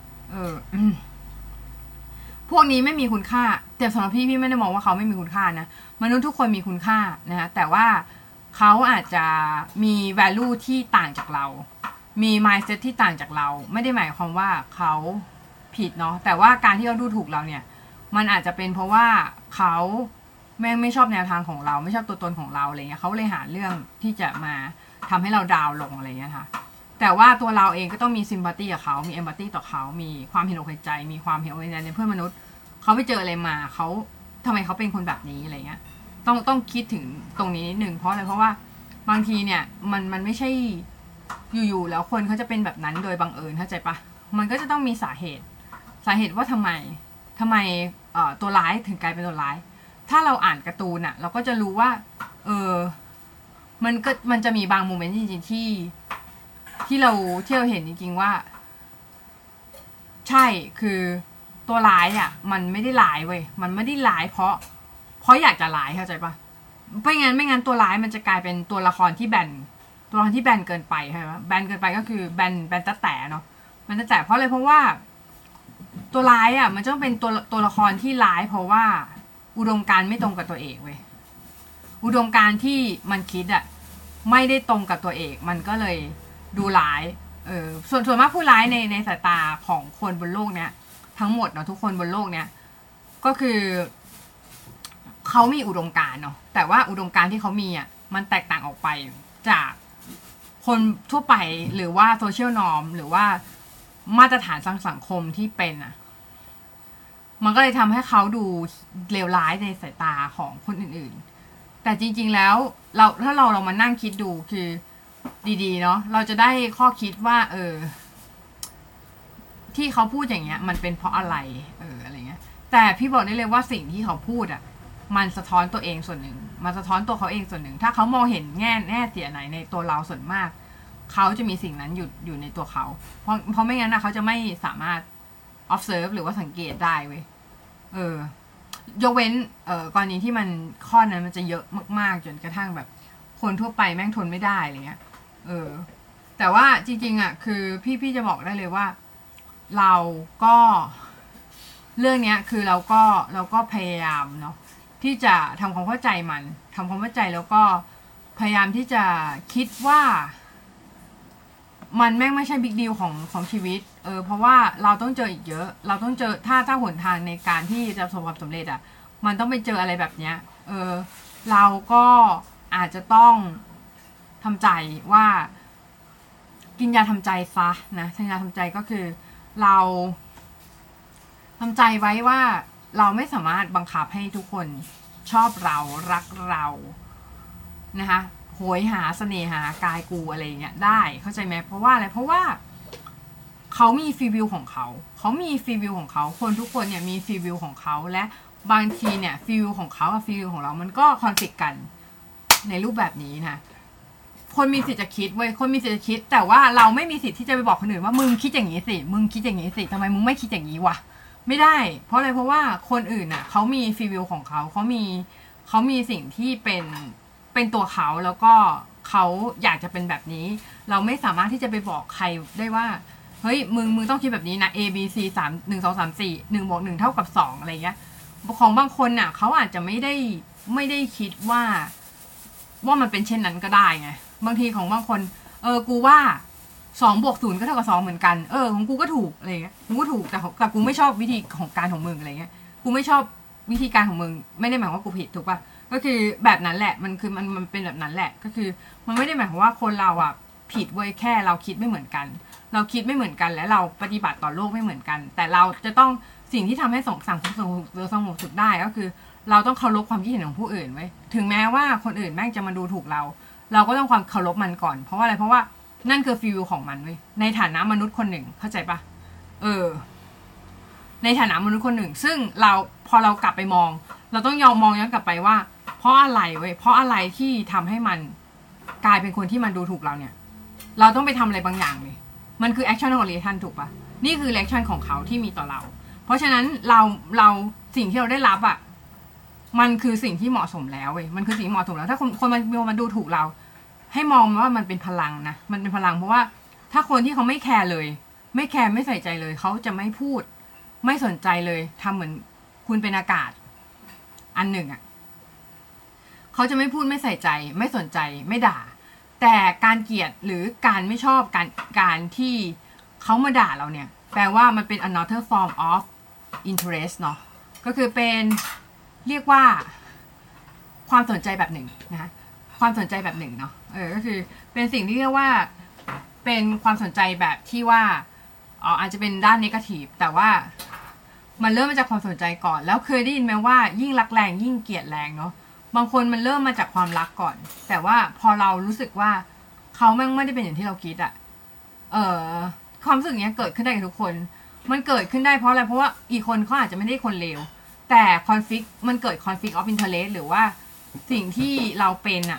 พวกนี้ไม่มีคุณค่าแต่สำหรับพี่ไม่ได้มองว่าเขาไม่มีคุณค่านะมนุษย์ทุกคนมีคุณค่านะฮะแต่ว่าเขาอาจจะมี value ที่ต่างจากเรามี mindset ที่ต่างจากเราไม่ได้หมายความว่าเขาผิดเนาะแต่ว่าการที่เขาดูถูกเราเนี่ยมันอาจจะเป็นเพราะว่าเขาไม่ชอบแนวทางของเราไม่ชอบตัวตนของเราอะไรเงี้ยเขาเลยหาเรื่องที่จะมาทำให้เราดาวลงอะไรเงี้ยค่ะแต่ว่าตัวเราเองก็ต้องมีซิมพัตตี้กับเขามีเอมพัตตี้ต่อเขามีความเห็นอกเห็นใจมีความเห็นอกเห็นใจในเพื่อนมนุษย์เขาไปเจออะไรมาเขาทำไมเขาเป็นคนแบบนี้อะไรเงี้ยต้องคิดถึงตรงนี้นิดนึงเพราะอะไรเพราะว่าบางทีเนี่ยมันไม่ใช่อยู่ๆแล้วคนเขาจะเป็นแบบนั้นโดยบังเอิญเข้าใจปะมันก็จะต้องมีสาเหตุว่าทำไมตัวร้ายถึงกลายเป็นตัวร้ายถ้าเราอ่านการ์ตูนอะเราก็จะรู้ว่ามันจะมีบางโมเมนต์จริงๆที่เราเห็นจริงๆว่าใช่คือตัวร้ายอ่ะมันไม่ได้ร้ายเว้ยมันไม่ได้ร้ายเพราะอยากจะร้ายเข้าใจปะไม่งั้นตัวร้ายมันจะกลายเป็นตัวละครที่แบนเกินไปใช่ไหมแบนเกินไปก็คือแบนแต่เนาะมันจะแต่เพราะอะไรเพราะว่าตัวร้ายอ่ะมันจะต้องเป็นตัวละครที่ร้ายเพราะว่าอุดมการณ์ไม่ตรงกับตัวเอกเว้ยอุดมการณ์ที่มันคิดอ่ะไม่ได้ตรงกับตัวเอกมันก็เลยดูร้ายส่วนมากผู้ร้ายในสายตาของคนบนโลกเนี้ยทั้งหมดเนาะทุกคนบนโลกเนี้ยก็คือเขามีอุดมการณ์เนาะแต่ว่าอุดมการณ์ที่เขามีอ่ะมันแตกต่างออกไปจากคนทั่วไปหรือว่าโซเชียลนอร์มหรือว่ามาตรฐานสังคมที่เป็นอ่ะมันก็เลยทำให้เขาดูเลวร้ายในสายตาของคนอื่นๆแต่จริงๆแล้วถ้าเรามานั่งคิดดูคือดีๆเนาะเราจะได้ข้อคิดว่าที่เขาพูดอย่างเงี้ยมันเป็นเพราะอะไรอะไรเงี้ยแต่พี่บอกได้เลยว่าสิ่งที่เขาพูดอ่ะมันสะท้อนตัวเองส่วนหนึ่งมันสะท้อนตัวเขาเองส่วนหนึ่งถ้าเขามองเห็นแง่เสียไหนในตัวเราส่วนมากเขาจะมีสิ่งนั้นอยู่ในตัวเขาเพราะไม่งั้นนะเขาจะไม่สามารถ observe หรือว่าสังเกตได้เว้ยยกเว้นกรณีที่มันข้อนั้นมันจะเยอะมากๆจนกระทั่งแบบคนทั่วไปแม่งทนไม่ได้อะไรเงี้ยแต่ว่าจริงๆอ่ะคือพี่จะบอกได้เลยว่าเราก็เรื่องเนี้ยคือเราก็พยายามเนาะที่จะทำความเข้าใจมันทำความเข้าใจแล้วก็พยายามที่จะคิดว่ามันแม่งไม่ใช่บิ๊กดีลของชีวิตเพราะว่าเราต้องเจออีกเยอะเราต้องเจอถ้าหนทางในการที่จะประสบความสำเร็จอ่ะมันต้องไปเจออะไรแบบเนี้ยเราก็อาจจะต้องทำใจว่ากินยาทำใจซะนะกินยาทำใจก็คือเราทำใจไว้ว่าเราไม่สามารถบังคับให้ทุกคนชอบเรารักเรานะคะโหยหาเสน่หากายกูอะไรเงี้ยได้เข้าใจไหมเพราะว่าอะไรเพราะว่าเขามีฟรีวิวของเขามีฟรีวิวของเขาคนทุกคนเนี่ยมีฟรีวิวของเขาและบางทีเนี่ยฟรีวิวของเขากับฟรีวิวของเรามันก็คอนฟลิกต์กันในรูปแบบนี้นะคนมีสิทธิ์จะคิดเว้ยคนมีสิทธิ์จะคิดแต่ว่าเราไม่มีสิทธิ์ที่จะไปบอกคนอื่นว่ามึงคิดอย่างนี้สิมึงคิดอย่างนี้สิทำไมมึงไม่คิดอย่างนี้วะไม่ได้เพราะอะไรเพราะว่าคนอื่นน่ะเขามีฟรีวิวของเขามีสิ่งที่เป็นตัวเขาแล้วก็เขาอยากจะเป็นแบบนี้เราไม่สามารถที่จะไปบอกใครได้ว่าเฮ้ยมึงต้องคิดแบบนี้นะ A B C 3 1 2 3 4 1 บวก 1 เท่ากับ 2อะไรเงี้ยของบางคนน่ะเขาอาจจะไม่ได้คิดว่ามันเป็นเช่นนั้นก็ได้ไงบางทีของบางคนกูว่า2 บวก 0ก็เท่ากับ2เหมือนกันของกูก็ถูกอะไรเงี้ยกูก็ถูกแต่กูไม่ชอบวิธีของการของมึงอะไรเงี้ยกูไม่ชอบวิธีการของมึงไม่ได้หมายว่ากูผิดถูกป่ะก็คือแบบนั้นแหละมันคือมันเป็นแบบนั้นแหละก็คือมันไม่ได้หมายความว่าคนเราอ่ะผิดเว้ยแค่เราคิดไม่เหมือนกันเราคิดไม่เหมือนกันและเราปฏิบัติต่อโลกไม่เหมือนกันแต่เราจะต้องสิ่งที่ทำให้สังคมสงบสุขได้ก็คือเราต้องเคารพความคิดเห็นของผู้อื่นไว้ถึงแม้ว่าคนอื่นแม่งจะมาดูถูกเราก็ต้องความเคารพมันก่อนเพราะว่าอะไรเพราะว่านั่นคือฟีลของมันเว้ยในฐานะมนุษย์คนหนึ่งเข้าใจปะในฐานะมนุษย์คนหนึ่งซึ่งเราพอเรากลับไปมองเราต้องมองย้อนกลับไปว่าเพราะอะไรเว้ยเพราะอะไรที่ทำให้มันกลายเป็นคนที่มันดูถูกเราเนี่ยเราต้องไปทำอะไรบางอย่างเลยมันคือ action ของ reaction ถูกปะนี่คือ reaction ของเขาที่มีต่อเราเพราะฉะนั้นเราสิ่งที่เราได้รับอ่ะมันคือสิ่งที่เหมาะสมแล้วเว้ยมันคือสิ่งเหมาะสมแล้วถ้าคนมันดูถูกเราให้มองว่ามันเป็นพลังนะมันเป็นพลังเพราะว่าถ้าคนที่เขาไม่แคร์เลยไม่แคร์ไม่ใส่ใจเลยเขาจะไม่พูดไม่สนใจเลยทำเหมือนคุณเป็นอากาศอันหนึ่งอ่ะเขาจะไม่พูดไม่ใส่ใจไม่สนใจไม่ด่าแต่การเกลียดหรือการไม่ชอบการที่เขามาด่าเราเนี่ยแปลว่ามันเป็น another form of interest เนาะก็คือเป็นเรียกว่าความสนใจแบบหนึ่งนะคะความสนใจแบบหนึ่งเนาะก็คือเป็นสิ่งที่เรียกว่าเป็นความสนใจแบบที่ว่าอาจจะเป็นด้านเนกาทีฟแต่ว่ามันเริ่มมาจากความสนใจก่อนแล้วเคยได้ยินไหมว่ายิ่งรักแรงยิ่งเกลียดแรงเนาะบางคนมันเริ่มมาจากความรักก่อนแต่ว่าพอเรารู้สึกว่าเขาแม่งไม่ได้เป็นอย่างที่เราคิดอะความรู้สึกนี้เกิดขึ้นได้กับทุกคนมันเกิดขึ้นได้เพราะอะไรเพราะว่าอีกคนเขาอาจจะไม่ได้คนเลวแต่คอนฟลิกต์มันเกิดคอนฟลิกต์ออฟอินเทอร์เรสหรือว่าสิ่งที่เราเป็นอ่ะ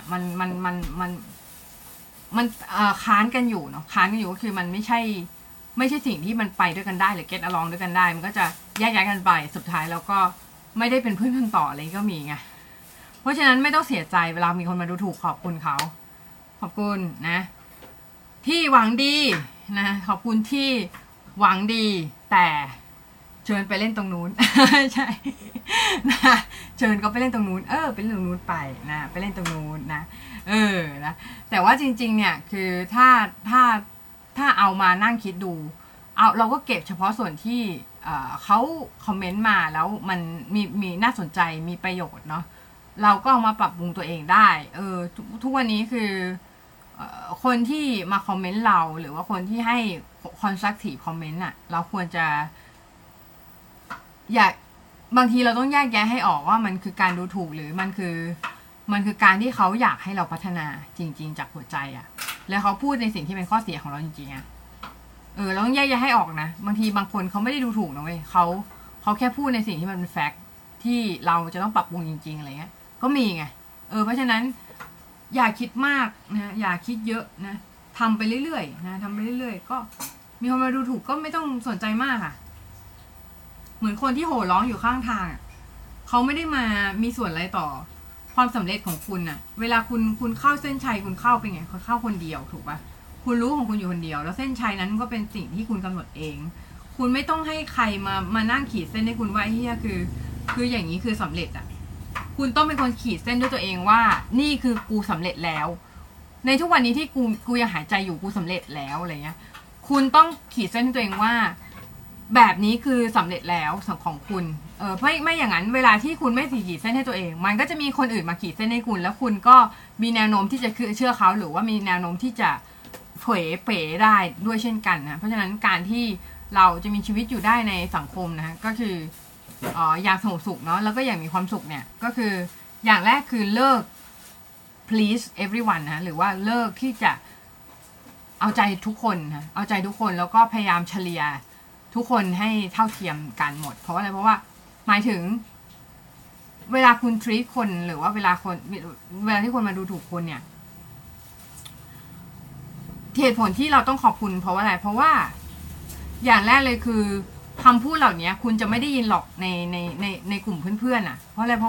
มันค้านกันอยู่เนาะค้านกันอยู่ก็คือมันไม่ใช่สิ่งที่มันไปด้วยกันได้หรือ get along ด้วยกันได้มันก็จะแยกย้ายกันไปสุดท้ายแล้วก็ไม่ได้เป็นเพื่อนกันต่ออะไรก็มีไงเพราะฉะนั้นไม่ต้องเสียใจเวลามีคนมาดูถูกขอบคุณเขาขอบคุณนะที่หวังดีนะขอบคุณที่หวังดีแต่เชิญไปเล่นตรงนู้น ใช่นะเชิญก็ไปเล่นตรงนู้นไปเล่นตรงนู้นไปนะไปเล่นตรงนู้นนะนะแต่ว่าจริงๆเนี่ยคือถ้าเอามานั่งคิดดูเราก็เก็บเฉพาะส่วนที่เขาคอมเมนต์มาแล้วมันมีน่าสนใจมีประโยชน์เนาะเราก็เอามาปรับปรุงตัวเองได้ทุกวันนี้คือคนที่มาคอมเมนต์เราหรือว่าคนที่ให้ constructive comment อะเราควรจะบางทีเราต้องแยกแยะให้ออกว่ามันคือการดูถูกหรือมันคือการที่เขาอยากให้เราพัฒนาจริงๆจากหัวใจอะแล้วเขาพูดในสิ่งที่เป็นข้อเสียของเราจริงๆอะเราต้องแยกแยะให้ออกนะบางทีบางคนเขาไม่ได้ดูถูกนะเว้ยเขาแค่พูดในสิ่งที่มันเป็นแฟกต์ที่เราจะต้องปรับปรุงจริงๆอะไรเงี้ยก็มีไงเพราะฉะนั้นอย่าคิดมากนะอย่าคิดเยอะนะทำไปเรื่อยๆนะทำไปเรื่อยๆก็มีคนมาดูถูกก็ไม่ต้องสนใจมากค่ะเหมือนคนที่โห่ร้องอยู่ข้างทางเขาไม่ได้มามีส่วนอะไรต่อความสำเร็จของคุณน่ะเวลาคุณเข้าเส้นชัยคุณเข้าเป็นไงคุณเข้าคนเดียวถูกปะคุณรู้ของคุณอยู่คนเดียวแล้วเส้นชัยนั้นก็เป็นสิ่งที่คุณกำหนดเองคุณไม่ต้องให้ใครมานั่งขีดเส้นให้คุณว่าเฮียคืออย่างนี้คือสำเร็จอ่ะคุณต้องเป็นคนขีดเส้นด้วยตัวเองว่านี่คือกูสำเร็จแล้วในทุกวันนี้ที่กูยังหายใจอยู่กูสำเร็จแล้วอะไรเงี้ยคุณต้องขีดเส้นให้ตัวเองว่าแบบนี้คือสำเร็จแล้วของคุณไม่อย่างนั้นเวลาที่คุณไม่ขีดเส้นให้ตัวเองมันก็จะมีคนอื่นมาขีดเส้นให้คุณแล้วคุณก็มีแนวโน้มที่จะเชื่อเขาหรือว่ามีแนวโน้มที่จะเผยเป๋ได้ด้วยเช่นกันนะเพราะฉะนั้นการที่เราจะมีชีวิตอยู่ได้ในสังคมนะก็คืออย่างสงบสุขเนาะแล้วก็อย่างมีความสุขเนี่ยก็คืออย่างแรกคือเลิก please everyone นะหรือว่าเลิกที่จะเอาใจทุกคนนะเอาใจทุกคนแล้วก็พยายามเฉลี่ยทุกคนให้เท่าเทียมกันหมดเพราะอะไรเพราะว่าหมายถึงเวลาคุณ treat คนหรือว่าเวลาที่คนมาดูถูกคุณเนี่ยเหตุผลที่เราต้องขอบคุณเพราะว่าอะไรเพราะว่าอย่างแรกเลยคือคำพูดเหล่านี้คุณจะไม่ได้ยินหรอกในกลุ่มเพื่อนๆอ่ะเพราะอะไรเพราะ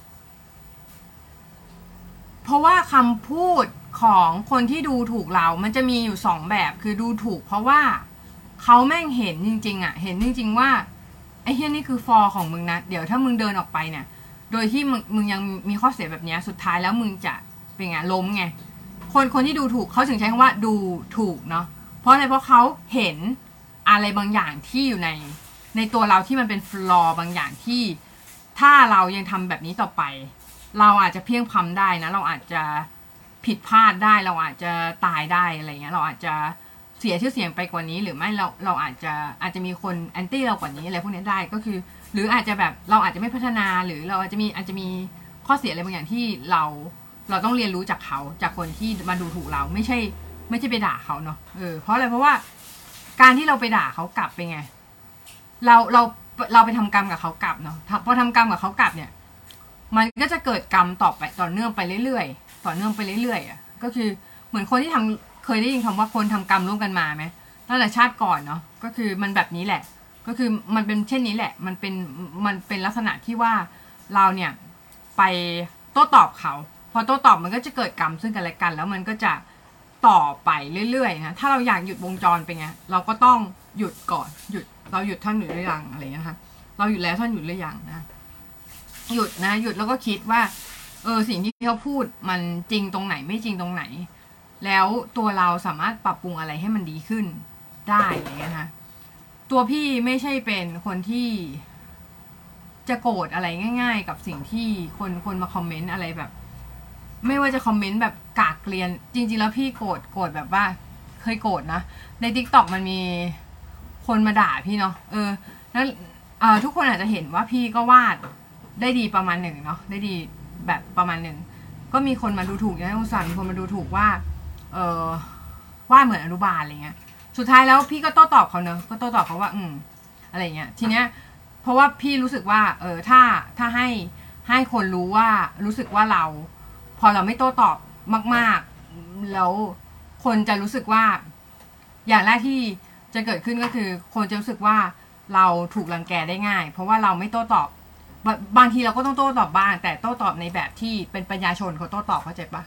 ว่าคำพูดของคนที่ดูถูกเรามันจะมีอยู่สองแบบคือดูถูกเพราะว่าเขาแม่งเห็นจริงๆอ่ะเห็นจริงๆว่าไอ้เฮี้ยนี่คือฟอร์ของมึงนะเดี๋ยวถ้ามึงเดินออกไปเนี่ยโดยที่มึงยังมีข้อเสียแบบนี้สุดท้ายแล้วมึงจะเป็นไงล้มไงคนที่ดูถูกเขาถึงใช้คำว่าดูถูกเนาะเพราะอะไรเพราะเขาเห็นอะไรบางอย่างที่อยู่ในตัวเราที่มันเป็นฟลอร์บางอย่างที่ถ้าเรายังทำแบบนี้ต่อไปเราอาจจะเพี้ยงพล้ำได้นะเราอาจจะผิดพลาดได้เราอาจจะตายได้อะไรเงี้ยเราอาจจะเสียชื่อเสียงไปกว่านี้หรือไม่เราอาจจะมีคนแอนตี้เรากว่านี้อะไรพวกนี้ได้ก็คือหรืออาจจะแบบเราอาจจะไม่พัฒนาหรือเราอาจจะมีข้อเสียอะไรบางอย่างที่เราต้องเรียนรู้จากเขาจากคนที่มาดูถูกเราไม่ใช่ไปด่าเขาเนาะเพราะอะไรเพราะว่าการที่เราไปด่าเขากลับไปไงเราไปทำกรรมกับเขากลับเนาะพอทำกรรมกับเขากลับเนี่ยมันก็จะเกิดกรรมต่อเนื่องไปเรื่อยๆอ่ะก็คือเหมือนคนที่เคยได้ยินคำว่าคนทำกรรมร่วมกันมาไหมตั้งแต่ชาติก่อนเนาะก็คือมันแบบนี้แหละก็คือมันเป็นเช่นนี้แหละมันเป็นลักษณะที่ว่าเราเนี่ยไปโต้ตอบเขาพอโต้ตอบมันก็จะเกิดกรรมซึ่งกันและกันแล้วมันก็จะต่อไปเรื่อยๆนะถ้าเราอยากหยุดวงจรไปไงเราก็ต้องหยุดก่อนเราหยุดท่านหยุดหรือยังอะไรเงี้ยค่ะเราหยุดแล้วท่านหยุดหรือยังนะหยุดแล้วก็คิดว่าสิ่งที่เขาพูดมันจริงตรงไหนไม่จริงตรงไหนแล้วตัวเราสามารถปรับปรุงอะไรให้มันดีขึ้นได้อะไรเงี้ยนะตัวพี่ไม่ใช่เป็นคนที่จะโกรธอะไรง่ายๆกับสิ่งที่คนมาคอมเมนต์อะไรแบบไม่ว่าจะคอมเมนต์แบบกากเกลียนจริงๆแล้วพี่โกรธแบบว่าเคยโกรธนะใน TikTok มันมีคนมาด่าพี่เนาะแล้วทุกคนอาจจะเห็นว่าพี่ก็วาดได้ดีประมาณหนึ่งเนาะได้ดีแบบประมาณหนึ่งก็มีคนมาดูถูกอย่างนี้อุตส่าห์มีคนมาดูถูกว่าวาดเหมือนอนุบาลอะไรเงี้ยสุดท้ายแล้วพี่ก็โต้ตอบเขาเนอะก็โต้ตอบเขาว่าอะไรเงี้ยทีเนี้ยเพราะว่าพี่รู้สึกว่าถ้าให้คนรู้ว่ารู้สึกว่าเราพอเราไม่โต้ตอบมากๆแล้วคนจะรู้สึกว่าอย่างแรกที่จะเกิดขึ้นก็คือคนจะรู้สึกว่าเราถูกรังแกได้ง่ายเพราะว่าเราไม่โต้ตอบบางทีเราก็ต้องโต้ตอบบ้างแต่โต้ตอบในแบบที่เป็นปัญญาชนเขาโต้ตอบเข้าใจปะ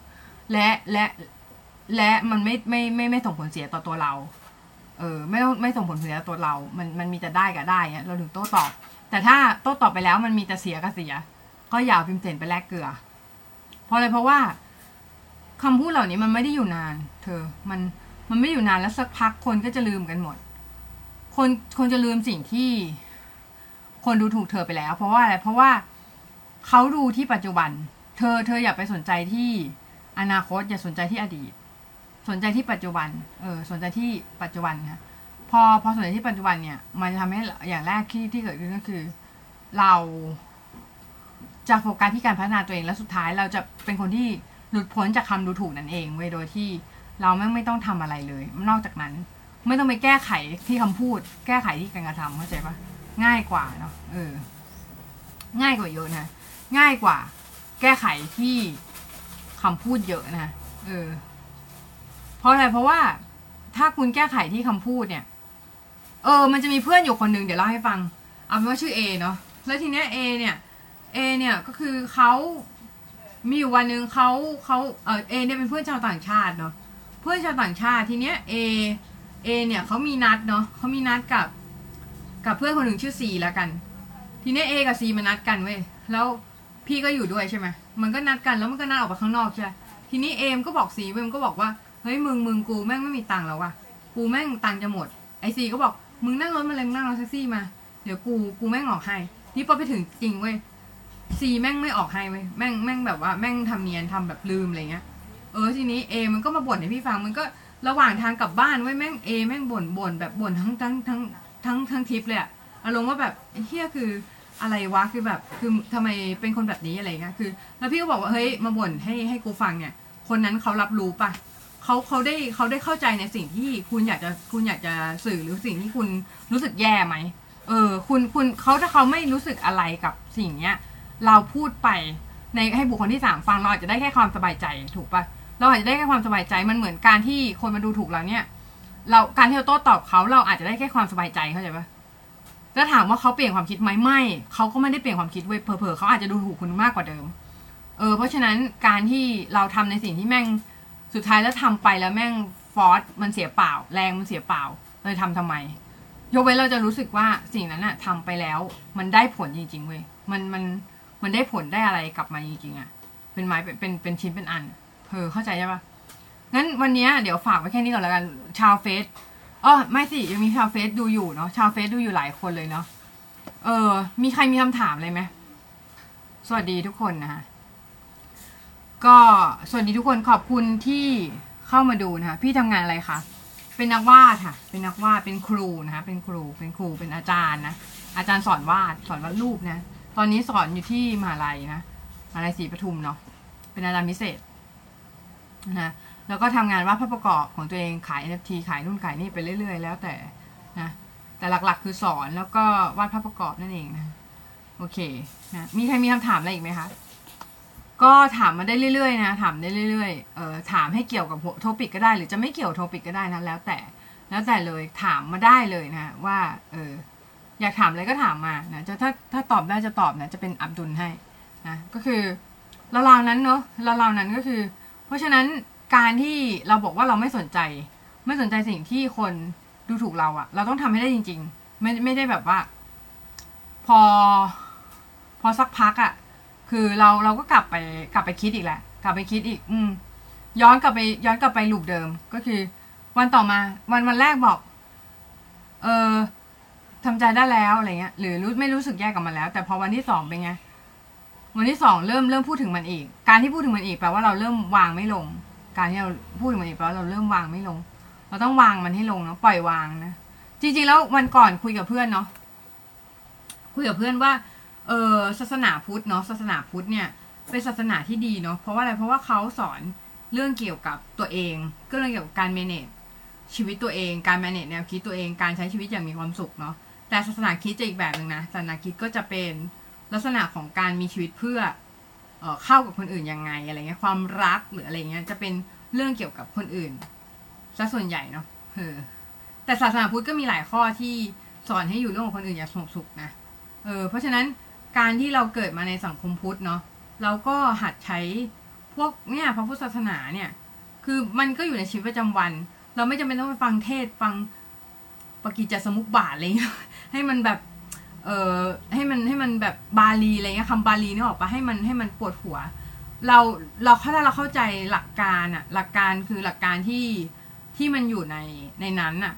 และมันไม่ส่งผลเสียต่อตัวเราไม่ส่งผลเสียต่อตัวเรามันมีแต่ได้กับได้เราถึงโต้ตอบแต่ถ้าโต้ตอบไปแล้วมันมีแต่เสียกับเสียก็อย่าพิมพ์เสนไปแลกเกลือเพราะอะไรเพราะว่าคำพูดเหล่านี้มันไม่ได้อยู่นานมันไม่อยู่นานแล้วสักพักคนก็จะลืมกันหมดคนจะลืมสิ่งที่คนดูถูกเธอไปแล้วเพราะว่าอะไรเพราะว่าเขาดูที่ปัจจุบันเธออย่าไปสนใจที่อนาคตอย่าสนใจที่อดีตสนใจที่ปัจจุบันสนใจที่ปัจจุบันค่ะพอสนใจที่ปัจจุบันเนี่ยมันจะทำให้อย่างแรกที่เกิดขึ้นก็คือเราจะโฟกัสที่การพัฒนาตัวเองและสุดท้ายเราจะเป็นคนที่หลุดพ้นจากคำดูถูกนั่นเองโดยที่เราไม่ต้องทำอะไรเลยนอกจากนั้นไม่ต้องไปแก้ไขที่คำพูดแก้ไขที่การกระทำเข้าใจปะง่ายกว่าเนาะง่ายกว่าเยอะนะง่ายกว่าแก้ไขที่คำพูดเยอะนะเพราะอะไรเพราะว่าถ้าคุณแก้ไขที่คำพูดเนี่ยมันจะมีเพื่อนอยู่คนหนึ่งเดี๋ยวเล่าให้ฟังเอาเป็นว่าชื่อ A เนาะแล้วทีเนี้ย A เนี่ยเนี่ยก็คือเขามีอยู่วันหนึ่งเขาเนี่ยเป็นเพื่อนชาวต่างชาติเนาะเพื่อนชาวต่างชาติทีเนี้ยเนี่ยเขามีนัดเนาะเขามีนัดกับเพื่อนคนหนึ่งชื่อซีแล้วกันทีเนี้ยกับซีมันนัดกันเว้ยแล้วพี่ก็อยู่ด้วยใช่ไหมมันก็นัดกันแล้วมันก็นัดออกไปข้างนอกใช่ทีนี้มันก็บอกซีเว้ยมันก็บอกว่าเฮ้ยมึงกูแม่งไม่มีตังค์แล้วว่ะกูแม่งตังค์จะหมดไอซีก็บอกมึงนั่งรถมาเลยมึงนั่งรถแท็กซี่มาเดี๋ยวกูแม่งออกให้นี่พอไปถึงจริงเว้ยซีแม่งไม่ออกให้เว้ยแม่งแบบว่าแม่งทำเนียนทำแบบลืมอะไรเงี้ยทีนี้มันก็มาบ่นให้พี่ฟังมันก็ระหว่างทางกลับบ้านเว้ยแม่งแม่งบ่นแบบบ่นทั้งทริปเลยอะอารมณ์ว่าแบบเฮียคืออะไรวะคือแบบคือทำไมเป็นคนแบบนี้อะไรเงี้ยคือแล้วพี่ก็บอกว่าเฮ้ยมาบ่นให้กูฟังเนี่ยคนนั้นเขารับรู้ปะเขาได้เข้าใจในสิ่งที่คุณอยากจะสื่อหรือสิ่งที่คุณรู้สึกแย่ไหมคุณเขาถ้าเขาไม่รู้สึกอะไรกับสิ่งเนี้ยเราพูดไปในให้บุคคลที่สามฟังเราอาจจะได้แค่ความสบายใจถูกปะเราอาจจะได้แค่ความสบายใจมันเหมือนการที่คนมาดูถูกเราเนี่ยการที่เราโต้ตอบเขาเราอาจจะได้แค่ความสบายใจเข้าใจปะแล้วถามว่าเขาเปลี่ยนความคิดไหมไม่เขาก็ไม่ได้เปลี่ยนความคิดเว้ยเผลอๆเขาอาจจะดูถูกคุณมากกว่าเดิมเพราะฉะนั้นการที่เราทำในสิ่งที่แม่งสุดท้ายแล้วทำไปแล้วแม่งฟอร์สมันเสียเปล่าแรงมันเสียเปล่าเลยทำไมยกเว้นเราจะรู้สึกว่าสิ่งนั้นอะทำไปแล้วมันได้ผลจริงๆเว้ยมันได้ผลได้อะไรกลับมาจริงๆอะเป็นไม้เป็นชิ้นเป็นอันเข้าใจใช่ปะงั้นวันนี้เดี๋ยวฝากไว้แค่นี้ก่อนแล้วกันชาวเฟซไม่สิยังมีชาวเฟซดูอยู่เนาะชาวเฟซดูอยู่หลายคนเลยเนาะมีใครมีคำถามอะไรไหมสวัสดีทุกคนนะคะก็สวัสดีทุกคนขอบคุณที่เข้ามาดูนะคะพี่ทำงานอะไรคะเป็นนักวาดค่ะเป็นนักวาดเป็นครูนะคะเป็นครูเป็นอาจารย์นะอาจารย์สอนวาดรูปนะตอนนี้สอนอยู่ที่มหาลัยนะมหาลัยศรีปทุมเนาะเป็นอาจารย์พิเศษนะแล้วก็ทำงานวาดภาพประกอบของตัวเองขาย NFT ขายนู่นขายนี่ไปเรื่อยๆแล้วแต่นะแต่หลักๆคือสอนแล้วก็วาดภาพประกอบนั่นเองนะโอเคนะมีใครมีคำถามอะไรอีกไหมคะก็ถามมาได้เรื่อยๆนะถามได้เรื่อยๆถามให้เกี่ยวกับโทปิกก็ได้หรือจะไม่เกี่ยวโทปิกก็ได้นะแล้วแต่เลยถามมาได้เลยนะว่าอยากถามอะไรก็ถามมานะจะถ้าตอบได้จะตอบนะจะเป็นอับดุลให้นะก็คือเรานั้นเนาะเรานั้นก็คือเพราะฉะนั้นการที่เราบอกว่าเราไม่สนใจสิ่งที่คนดูถูกเราอะเราต้องทำให้ได้จริงๆไม่ได้แบบว่าพอสักพักอะคือเราก็กลับไปคิดอีกแหละกลับไปคิดอีกย้อนกลับไปลูปเดิมก็คือวันต่อมาวันแรกบอกทำใจได้แล้วอะไรเงี้ยหรือไม่รู้สึกแย่กับมันแล้วแต่พอวันที่สองเป็นไงวันที่สองเริ่มพูดถึงมันอีกการที่พูดถึงมันอีกแปลว่าเราเริ่มวางไม่ลงการที่เราพูดถึงมันอีกแปลว่าเราเริ่มวางไม่ลงเราต้องวางมันให้ลงเนาะปล่อยวางนะจริงๆแล้ววันก่อนคุยกับเพื่อนเนาะคุยกับเพื่อนว่าศาสนาพุทธเนาะศาสนาพุทธเนี่ยเป็นศาสนาที่ดีเนาะเพราะว่าอะไรเพราะว่าเขาสอนเรื่องเกี่ยวกับตัวเองก็เรื่องเกี่ยวกับการ manage ชีวิตตัวเองการ manage แนวคิดตัวเองการใช้ชีวิตอย่างมีความสุขเนาะแต่ศาสนาคริสต์จะอีกแบบนึงนะศาสนาคริสต์ก็จะเป็นลักษณะของการมีชีวิตเพื่อเข้ากับคนอื่นยังไงอะไรเงี้ยความรักหรืออะไรเงี้ยจะเป็นเรื่องเกี่ยวกับคนอื่นซะส่วนใหญ่เนาะแต่ศาสนาพุทธก็มีหลายข้อที่สอนให้อยู่ร่วมกับคนอื่นอย่างสงบสุขนะเพราะฉะนั้นการที่เราเกิดมาในสังคมพุทธเนาะเราก็หัดใช้พวกเนี่ยพระพุทธศาสนาเนี่ยคือมันก็อยู่ในชีวิตประจำวันเราไม่จำเป็นต้องไปฟังเทศฟังปกิจจสมุปบาทอะไรเงี้ยให้มันแบบให้มันแบบบาลีอะไรเงี้ยคำบาลีนี่ออกปะให้มันปวดหัวถ้าเราเข้าใจหลักการอะหลักการคือหลักการที่มันอยู่ในนั้นอะ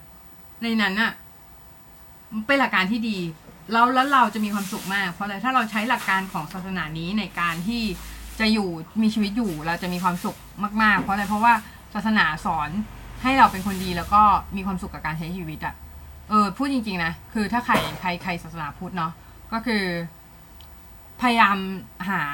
เป็นหลักการที่ดีแล้วเราจะมีความสุขมากเพราะอะไรถ้าเราใช้หลักการของศาสนานี้ในการที่จะมีชีวิตอยู่เราจะมีความสุขมากๆเพราะอะไรเพราะว่าศาสนาสอนให้เราเป็นคนดีแล้วก็มีความสุขกับการใช้ชีวิตอะพูดจริงๆนะคือถ้าใครศาสนาพุทธเนาะก็คือพยายามหา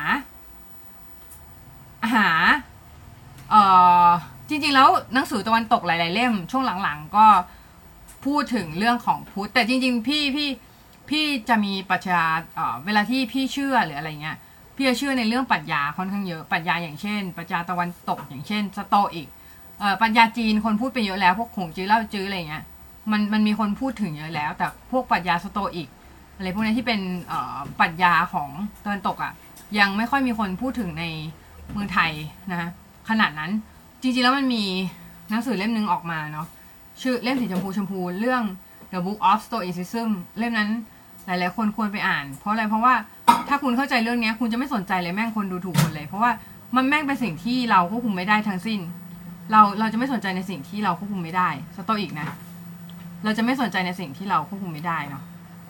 จริงๆแล้วหนังสือตะวันตกหลายๆเล่มช่วงหลังๆก็พูดถึงเรื่องของพุทธแต่จริงๆพี่จะมีปรัชญาเวลาที่พี่เชื่อหรืออะไรเงี้ยพี่จะเชื่อในเรื่องปรัชญาค่อนข้างเยอะปรัชญาอย่างเช่นปรัชญาตะวันตกอย่างเช่นสโตอิกปรัชญาจีนคนพูดไปเยอะแล้วพวกหงจื้อเล่าจื้ออะไรเงี้ยมันมีคนพูดถึงเยอะแล้วแต่พวกปรัชญาสโตอิกอะไรพวกนี้ที่เป็นปรัชญาของตะวันตกอ่ะยังไม่ค่อยมีคนพูดถึงในเมืองไทยนะขนาดนั้นจริงๆแล้วมันมีหนังสือเล่มนึงออกมาเนาะชื่อเล่มสีชมพูเรื่อง The Book of Stoicism เล่มนั้นหลายๆคนควรไปอ่านเพราะอะไรเพราะว่าถ้าคุณเข้าใจเรื่องนี้คุณจะไม่สนใจเลยแม่งคนดูถูกคนเลยเพราะว่ามันแม่งเป็นสิ่งที่เราควบคุมไม่ได้ทั้งสิ้นเราจะไม่สนใจในสิ่งที่เราควบคุมไม่ได้สโตอิกนะเราจะไม่สนใจในสิ่งที่เราควบคุมไม่ได้เนาะ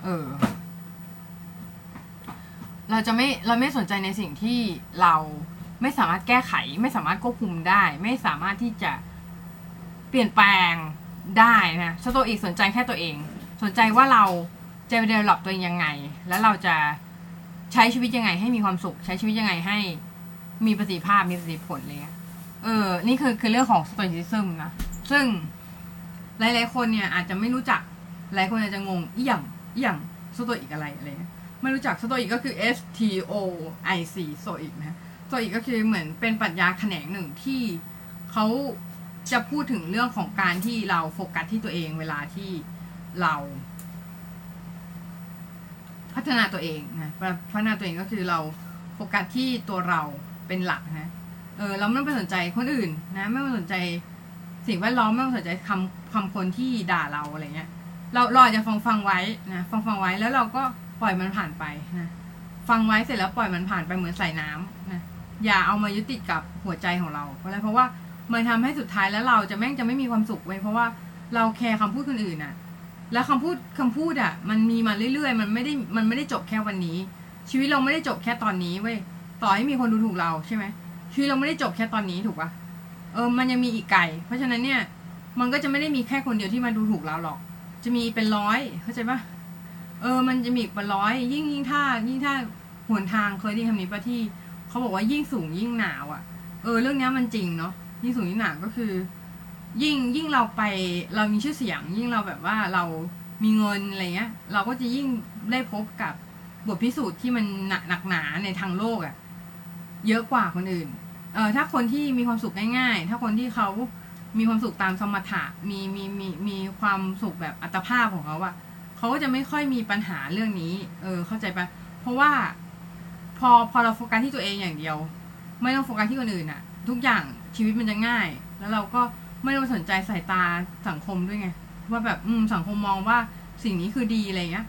เราไม่สนใจในสิ่งที่เราไม่สามารถแก้ไขไม่สามารถควบคุมได้ไม่สามารถที่จะเปลี่ยนแปลงได้นะสโตอิกสนใจแค่ตัวเองสนใจว่าเราจะเดเวลลอปตัวเองยังไงแล้วเราจะใช้ชีวิตยังไงให้มีความสุขใช้ชีวิตยังไงให้มีประสิทธิภาพมีประสิทธิผลเลยนี่คือเรื่องของสโตอิซิซึมนะซึ่งหลายๆคนเนี่ยอาจจะไม่รู้จักหลายคนอาจจะงงอย่างสโตอิกอะไรไม่รู้จักสโตอิกก็คือ STOIC สโตอิกนะสโตอิกก็คือเหมือนเป็นปรัชญาแขนงหนึ่งที่เขาจะพูดถึงเรื่องของการที่เราโฟกัสที่ตัวเองเวลาที่เราพัฒนาตัวเองนะพัฒนาตัวเองก็คือเราโฟกัสที่ตัวเราเป็นหลักนะเราไม่ต้องไปสนใจคนอื่นนะไม่ต้องสนใจสิ่งแวดล้อมไม่ต้องสนใจคำคนที่ด่าเราอะไรเงี้ยเราอาจจะฟังไว้นะฟังไว้แล้วเราก็ปล่อยมันผ่านไปนะฟังไว้เสร็จแล้วปล่อยมันผ่านไปเหมือนใส่น้ำนะอย่าเอามายึดติดกับหัวใจของเราเพราะว่ามันทำให้สุดท้ายแล้วเราจะไม่มีความสุขเว้ยเพราะว่าเราแคร์คำพูดคนอื่นน่ะแล้วคำพูดอ่ะมันมีมาเรื่อยๆมันไม่ได้จบแค่วันนี้ชีวิตเราไม่ได้จบแค่ตอนนี้เว้ยต่อให้มีคนดูถูกเราใช่ไหมชีวิตเราไม่ได้จบแค่ตอนนี้ถูกปะมันยังมีอีกไกลเพราะฉะนั้นเนี่ยมันก็จะไม่ได้มีแค่คนเดียวที่มาดูถูกเราหรอกจะมีเป็นร้อยเข้าใจปะมันจะมีเป็นร้อยยิ่งถ้าหนทางเคยได้คำนี้ปะที่เขาบอกว่ายิ่งสูงยิ่งหนาวอ่ะเรื่องนี้มันจริงเนาะยิ่งสูงยิ่งหนาวก็คือยิ่งเรามีชื่อเสียงยิ่งเราแบบว่าเรามีเงินอะไรเงี้ยเราก็จะยิ่งได้พบกับบทพิสูจน์ที่มันหนักหนาในทางโลกอ่ะเยอะกว่าคนอื่นถ้าคนที่มีความสุขง่ายๆถ้าคนที่เขามีความสุขตามสมถะมีความสุขแบบอัตภาพของเขาอะเขาก็จะไม่ค่อยมีปัญหาเรื่องนี้เข้าใจปะเพราะว่าพอเราโฟกัสที่ตัวเองอย่างเดียวไม่ต้องโฟกัสที่คนอื่นอะทุกอย่างชีวิตมันจะง่ายแล้วเราก็ไม่ต้องสนใจสายตาสังคมด้วยไงว่าแบบสังคมมองว่าสิ่งนี้คือดีอะไรเงี้ย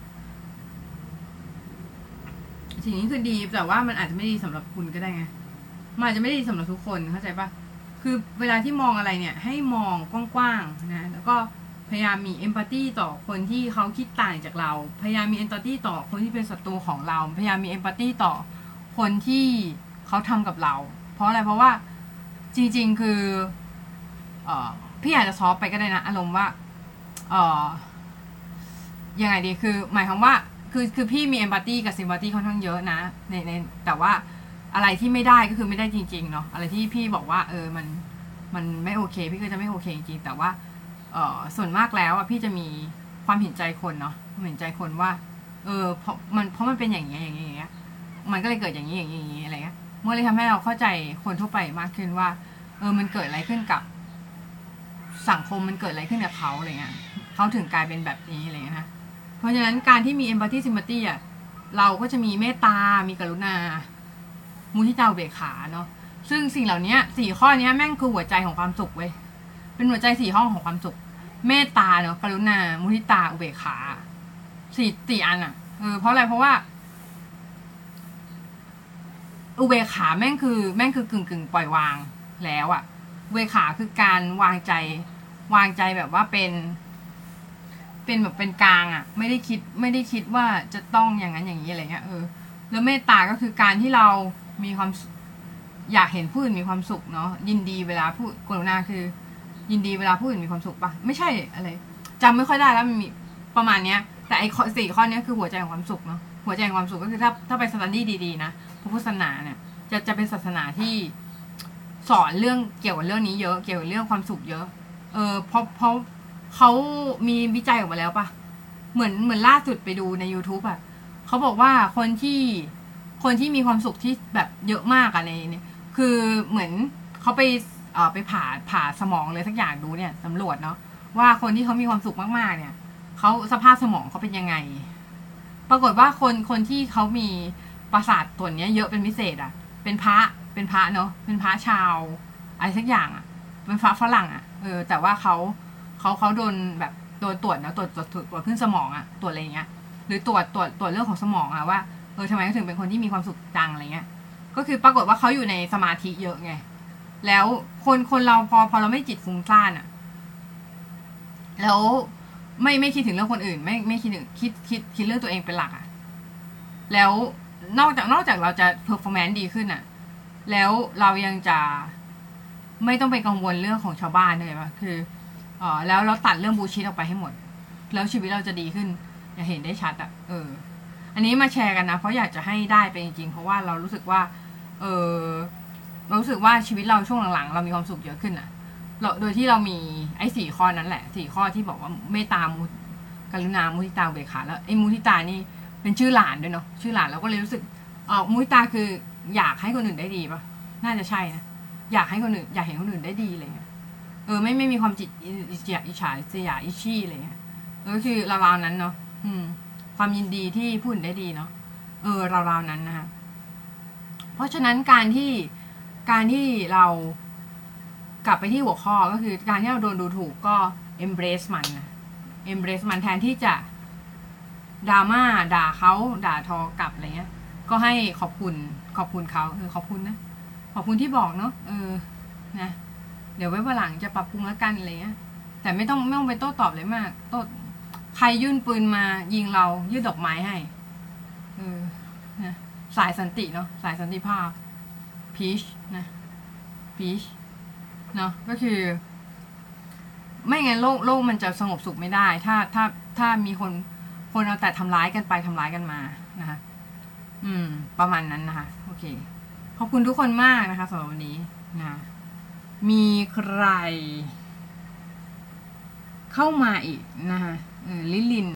สิ่งนี้คือดีแต่ว่ามันอาจจะไม่ดีสำหรับคุณก็ได้ไงมันอาจจะไม่ดีสำหรับทุกคนเข้าใจปะคือเวลาที่มองอะไรเนี่ยให้มองกว้างๆนะแล้วก็พยายามมีเอมพัตตีต่อคนที่เขาคิดต่างจากเราพยายามมีเอมพัตตีต่อคนที่เป็นศัตรูของเราพยายามมีเอมพัตตีต่อคนที่เขาทำกับเราเพราะอะไรเพราะว่าจริงๆคือพี่อาจจะซอฟไปก็ได้นะอารมณ์ว่ายังไงดีคือหมายความว่าคือพี่มีเอมพัตตีกับซิมพัตตีค่อนข้างเยอะนะในแต่ว่าอะไรที่ไม่ได้ก็คือไม่ได้จริงๆเนาะอะไรที่พี่บอกว่ามันไม่โอเคพี่ก็จะไม่โอเคจริงๆแต่ว่าส่วนมากแล้วพี่จะมีความเห็นใจคนเนาะเห็นใจคนว่าเพราะมันเป็นอย่างเงี้ยมันก็เลยเกิดอย่างนี้อะไรเงี้ยมันเลยทำให้เราเข้าใจคนทั่วไปมากขึ้นว่ามันเกิดอะไรขึ้นกับสังคมมันเกิดอะไรขึ้นกับเขาอะไรเงี้ยเขาถึงกลายเป็นแบบนี้อะไรเงี้ยนะเพราะฉะนั้นการที่มีเอมพัตตีซิมพัตตีอ่ะเราก็จะมีเมตตามีกรุณามุทิตาอุเบกขาเนาะซึ่งสิ่งเหล่านี้4ข้อนี้แม่งคือหัวใจของความสุขเว้ยเป็นหัวใจ4ห้องของความสุขเมตตาเนาะกรุณามุทิตาอุเบกขา4อันอ่ะเพราะอะไรเพราะว่าอุเบกขาแม่งคือกึ่งปล่อยวางแล้วอ่ะอุเบกขาคือการวางใจแบบว่าเป็นแบบเป็นกลางอ่ะไม่ได้คิดว่าจะต้องอย่างนั้นอย่างนี้อะไรเงี้ยแล้วเมตตาก็คือการที่เรามีความอยากเห็นผู้อื่นมีความสุขเนาะยินดีเวลาผู้กรุณาคือยินดีเวลาผู้อื่นมีความสุขปะไม่ใช่อะไรจำไม่ค่อยได้แล้วมันมีประมาณเนี้ยแต่ไอ้4ข้อนี้คือหัวใจของความสุขเนาะหัวใจของความสุขก็คือถ้าไปสถานที่ดีๆนะพระพุทธศาสนาเนี่ยจะเป็นศาสนาที่สอนเรื่องเกี่ยวกับเรื่องนี้เยอะเกี่ยวกับเรื่องความสุขเยอะเพราะเขามีวิจัยออกมาแล้วปะเหมือนล่าสุดไปดูใน YouTube อ่ะเขาบอกว่าคนที่มีความสุขที่แบบเยอะมากอะไรเนี่ยคือเหมือนเขาไปผ่าสมองเลยสักอย่างดูเนี่ยสำรวจเนาะว่าคนที่เขามีความสุขมากๆเนี่ยเขาสภาพสมองเขาเป็นยังไงปรากฏว่าคนที่เขามีประสาทตัวเนี้ยเยอะเป็นพิเศษอ่ะเป็นพระเนาะเป็นพระชาวอะไรสักอย่างอ่ะเป็นพระฝรั่งอ่ะแต่ว่าเขาโดนแบบโดนตรวจนะตรวจขึ้นสมองอ่ะตรวจอะไรเงี้ยหรือตรวจเรื่องของสมองอ่ะว่าทำไมเขาถึงเป็นคนที่มีความสุขจังอะไรเงี้ยก็คือปรากฏว่าเขาอยู่ในสมาธิเยอะไงแล้วคนเราพอเราไม่จิตฟุ้งซ่านอ่ะแล้วไม่คิดถึงเรื่องคนอื่นไม่คิดถึงคิดเรื่องตัวเองเป็นหลักอ่ะแล้วนอกจากเราจะเพอร์ฟอร์แมนซ์ดีขึ้นอ่ะแล้วเรายังจะไม่ต้องไปกังวลเรื่องของชาวบ้านเลยป่ะคือแล้วเราตัดเรื่องบูชิดออกไปให้หมดแล้วชีวิตเราจะดีขึ้นอย่าเห็นได้ชัดอ่ะอันนี้มาแชร์กันนะเพราะอยากจะให้ได้ไปจริงๆเพราะว่าเรารู้สึกว่าเรารู้สึกว่าชีวิตเราช่วงหลังๆเรามีความสุขเยอะขึ้นอ่ะโดยที่เรามีไอ้4 ข้อนั้นแหละ4 ข้อที่บอกว่าเมตตากรุณามุทิตาเบกขาแล้วไอ้มุทิตานี่เป็นชื่อหลานด้วยเนาะชื่อหลานเราก็เลยรู้สึกมุทิตาคืออยากให้คนอื่นได้ดีป่ะน่าจะใช่นะอยากให้คนอื่นอยากเห็นคนอื่นได้ดีอะไรเงี้ยไม่มีความจิตอิจฉาเสียอิชี่อะไรเงี้ยคือราวๆนั้นเนาะความยินดีที่พูดได้ดีเนาะราวๆนั้นนะคะเพราะฉะนั้นการที่เรากลับไปที่หัวข้อก็คือการที่เราโดนดูถูกก็ embrace มันนะ embrace มันแทนที่จะดราม่าด่าเขาด่าทอกลับอะไรเงี้ยก็ให้ขอบคุณเขาขอบคุณนะขอบคุณที่บอกเนาะนะเดี๋ยวไว้วันหลังจะปรับปรุงแล้วกันอะไรเงี้ยแต่ไม่ต้องไปโต้ตอบเลยมากใครยื่นปืนมายิงเรายื่นดอกไม้ให้นะสายสันติเนาะสายสันติภาพพีชนะพีชเนาะก็คือไม่งั้นโลกมันจะสงบสุขไม่ได้ถ้ามีคนเอาแต่ทำร้ายกันไปทำร้ายกันมานะคะประมาณนั้นนะคะโอเคขอบคุณทุกคนมากนะคะสำหรับวันนี้นะมีใครเข้ามาอีกนะคะลิลิน